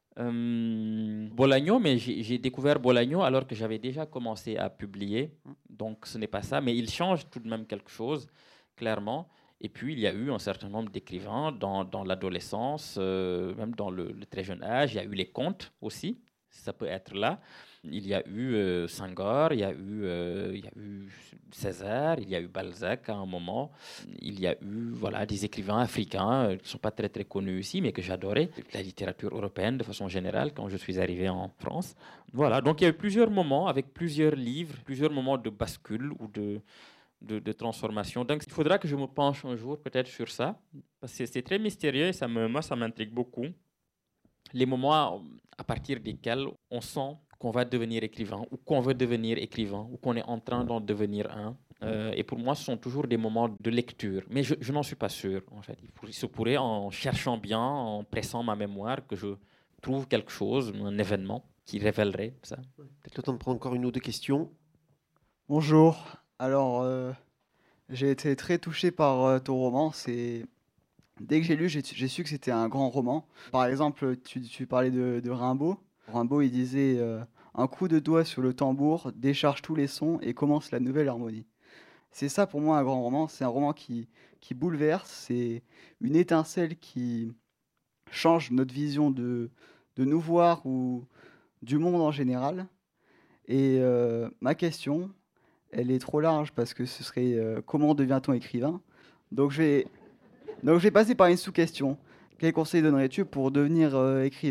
Euh, Bolagno, mais j'ai, j'ai découvert Bolagno alors que j'avais déjà commencé à publier. Donc ce n'est pas ça, mais il change tout de même quelque chose, clairement. Et puis, il y a eu un certain nombre d'écrivains dans, dans l'adolescence, euh, même dans le, le très jeune âge. Il y a eu les contes aussi, ça peut être là. Il y a eu euh, Senghor, il y a eu, euh, il y a eu Césaire, il y a eu Balzac à un moment. Il y a eu voilà, des écrivains africains euh, qui ne sont pas très, très connus ici, mais que j'adorais. La littérature européenne, de façon générale, quand je suis arrivé en France. Voilà, donc il y a eu plusieurs moments avec plusieurs livres, plusieurs moments de bascule ou de... De, de transformation. Donc, il faudra que je me penche un jour peut-être sur ça, parce que c'est très mystérieux et ça me, moi, ça m'intrigue beaucoup. Les moments à partir desquels on sent qu'on va devenir écrivain, ou qu'on veut devenir écrivain, ou qu'on est en train d'en devenir un. Euh, et pour moi, ce sont toujours des moments de lecture. Mais je, je n'en suis pas sûr, en fait. Il, pour, il se pourrait, en cherchant bien, en pressant ma mémoire, que je trouve quelque chose, un événement qui révélerait ça. Peut-être le temps de prendre encore une ou deux questions. Bonjour. Alors, euh, j'ai été très touché par euh, ton roman. C'est... Dès que j'ai lu, j'ai, j'ai su que c'était un grand roman. Par exemple, tu, tu parlais de, de Rimbaud. Rimbaud, il disait euh, « Un coup de doigt sur le tambour décharge tous les sons et commence la nouvelle harmonie ». C'est ça pour moi un grand roman. C'est un roman qui, qui bouleverse. C'est une étincelle qui change notre vision de, de nous voir ou du monde en général. Et euh, ma question... elle est trop large parce que ce serait euh, comment devient-on écrivain ? Donc je vais, donc je vais passer par une sous-question. Quel conseil donnerais-tu pour devenir euh, écrivain ?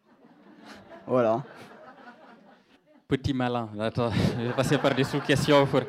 Voilà. Petit malin. Attends, je vais passer par des sous-questions. Pour...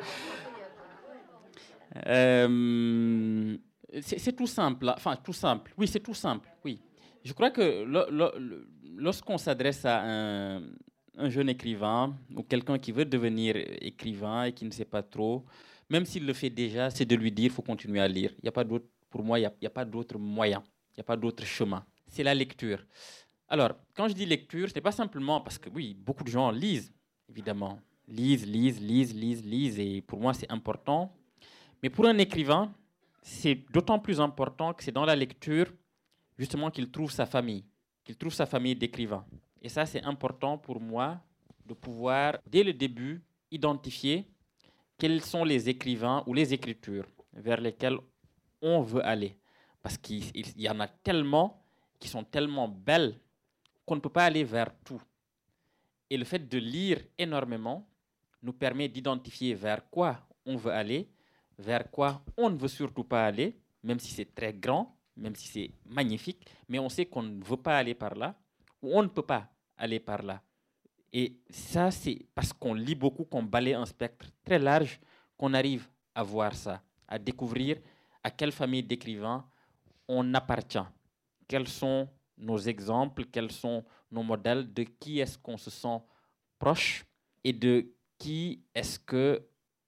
Euh, c'est, c'est tout simple. Là. Enfin, tout simple. Oui, c'est tout simple. Oui. Je crois que lo, lo, lo, lorsqu'on s'adresse à un... un jeune écrivain ou quelqu'un qui veut devenir écrivain et qui ne sait pas trop, même s'il le fait déjà, c'est de lui dire qu'il faut continuer à lire. Il y a pas d'autre, pour moi, il n'y a, il y a pas d'autre moyen, il n'y a pas d'autre chemin. C'est la lecture. Alors, quand je dis lecture, ce n'est pas simplement parce que, oui, beaucoup de gens lisent, évidemment. Lisent, lisent, lisent, lisent, lisent, et pour moi, c'est important. Mais pour un écrivain, c'est d'autant plus important que c'est dans la lecture, justement, qu'il trouve sa famille, qu'il trouve sa famille d'écrivains. Et ça, c'est important pour moi de pouvoir, dès le début, identifier quels sont les écrivains ou les écritures vers lesquelles on veut aller. Parce qu'il y en a tellement qui sont tellement belles qu'on ne peut pas aller vers tout. Et le fait de lire énormément nous permet d'identifier vers quoi on veut aller, vers quoi on ne veut surtout pas aller, même si c'est très grand, même si c'est magnifique, mais on sait qu'on ne veut pas aller par là, ou on ne peut pas aller par là. Et ça, c'est parce qu'on lit beaucoup, qu'on balaye un spectre très large, qu'on arrive à voir ça, à découvrir à quelle famille d'écrivains on appartient, quels sont nos exemples, quels sont nos modèles, de qui est-ce qu'on se sent proche et de qui est-ce que,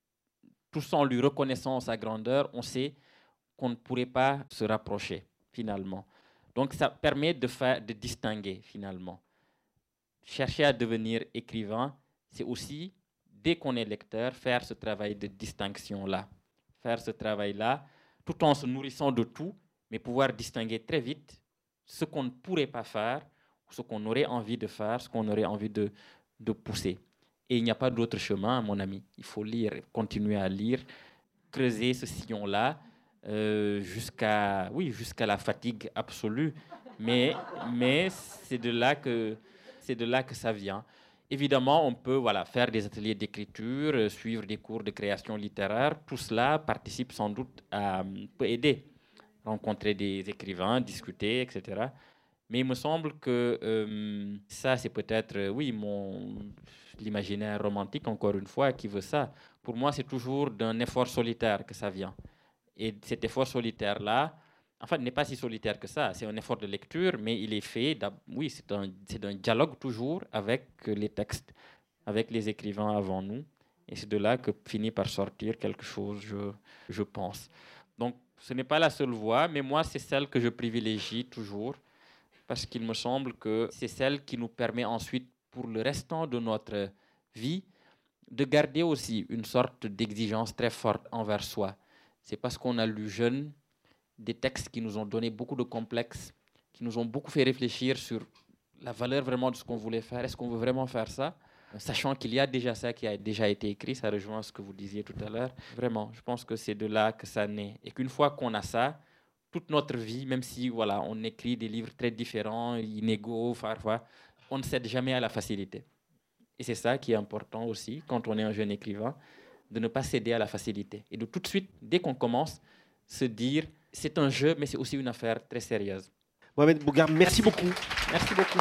tout en lui reconnaissant sa grandeur, on sait qu'on ne pourrait pas se rapprocher, finalement. Donc, ça permet de, faire, de distinguer, finalement. Chercher à devenir écrivain, c'est aussi, dès qu'on est lecteur, faire ce travail de distinction-là. Faire ce travail-là, tout en se nourrissant de tout, mais pouvoir distinguer très vite ce qu'on ne pourrait pas faire, ce qu'on aurait envie de faire, ce qu'on aurait envie de, de pousser. Et il n'y a pas d'autre chemin, mon ami. Il faut lire, continuer à lire, creuser ce sillon-là euh, jusqu'à, oui, jusqu'à la fatigue absolue. Mais, mais c'est de là que, c'est de là que ça vient. Évidemment, on peut voilà, faire des ateliers d'écriture, euh, suivre des cours de création littéraire. Tout cela participe sans doute à, peut aider. Rencontrer des écrivains, discuter, et cetera. Mais il me semble que euh, ça, c'est peut-être, euh, oui, mon, l'imaginaire romantique, encore une fois, qui veut ça. Pour moi, c'est toujours d'un effort solitaire que ça vient. Et cet effort solitaire-là, enfin, n'est pas si solitaire que ça. C'est un effort de lecture, mais il est fait, oui, c'est un, c'est un dialogue toujours avec les textes, avec les écrivains avant nous. Et c'est de là que finit par sortir quelque chose, je, je pense. Donc, ce n'est pas la seule voie, mais moi, c'est celle que je privilégie toujours, parce qu'il me semble que c'est celle qui nous permet ensuite, pour le restant de notre vie, de garder aussi une sorte d'exigence très forte envers soi. C'est parce qu'on a lu jeune des textes qui nous ont donné beaucoup de complexes, qui nous ont beaucoup fait réfléchir sur la valeur vraiment de ce qu'on voulait faire. Est-ce qu'on veut vraiment faire ça ? Sachant qu'il y a déjà ça qui a déjà été écrit, ça rejoint ce que vous disiez tout à l'heure. Vraiment, je pense que c'est de là que ça naît. Et qu'une fois qu'on a ça, toute notre vie, même si voilà, on écrit des livres très différents, inégaux, parfois, on ne cède jamais à la facilité. Et c'est ça qui est important aussi, quand on est un jeune écrivain, de ne pas céder à la facilité. Et de tout de suite, dès qu'on commence, se dire, c'est un jeu, mais c'est aussi une affaire très sérieuse. Mohamed Bougar, merci, merci beaucoup. Merci beaucoup.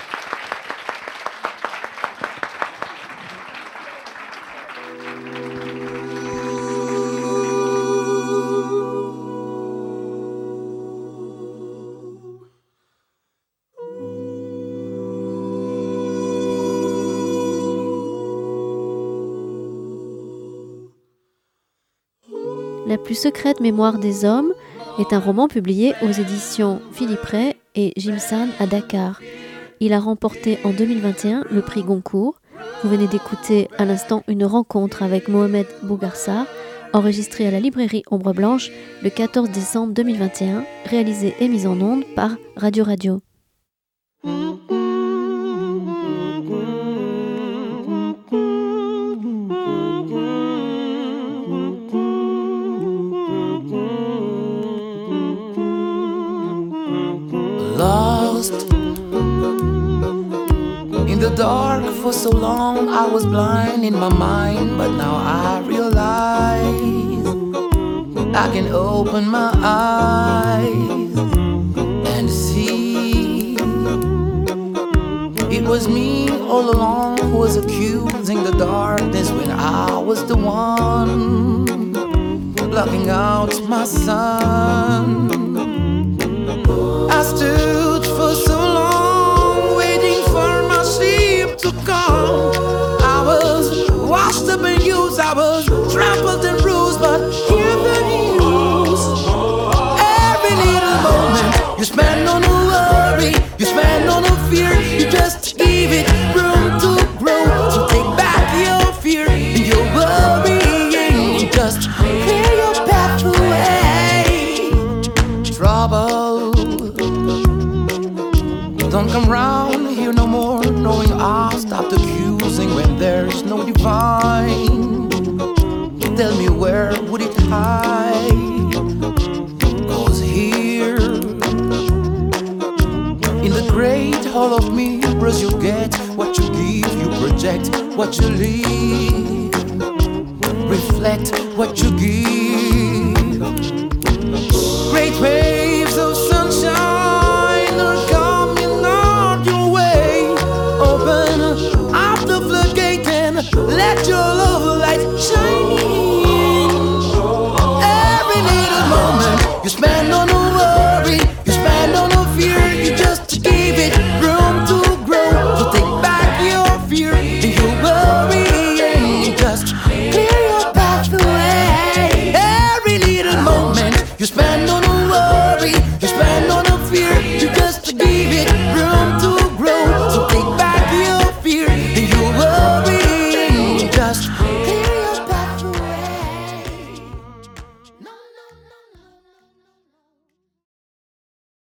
La plus secrète mémoire des hommes est un roman publié aux éditions Philippe Ray et Jimsan à Dakar. Il a remporté en deux mille vingt et un le prix Goncourt. Vous venez d'écouter à l'instant une rencontre avec Mohamed Bougar Sarr, enregistrée à la librairie Ombre Blanche le quatorze décembre deux mille vingt et un, réalisée et mise en onde par Radio Radio. Lost in the dark for so long, I was blind in my mind, but now I realize I can open my eyes and see it was me all along who was accusing the darkness when I was the one blocking out my sun. I stood for so long, waiting for my sleep to come. I was washed up and used, I was trampled and bruised, but hear the news. Every little moment you spend on a worry, you spend on a fear, you just give it room to grow. So take back your fear and your worrying, just clear your path away. Trouble don't come round here no more, knowing I'll stop accusing when there's no divine. Tell me where would it hide? Cause here, in the great hall of mirrors, you get what you give, you project what you leave, reflect what you give.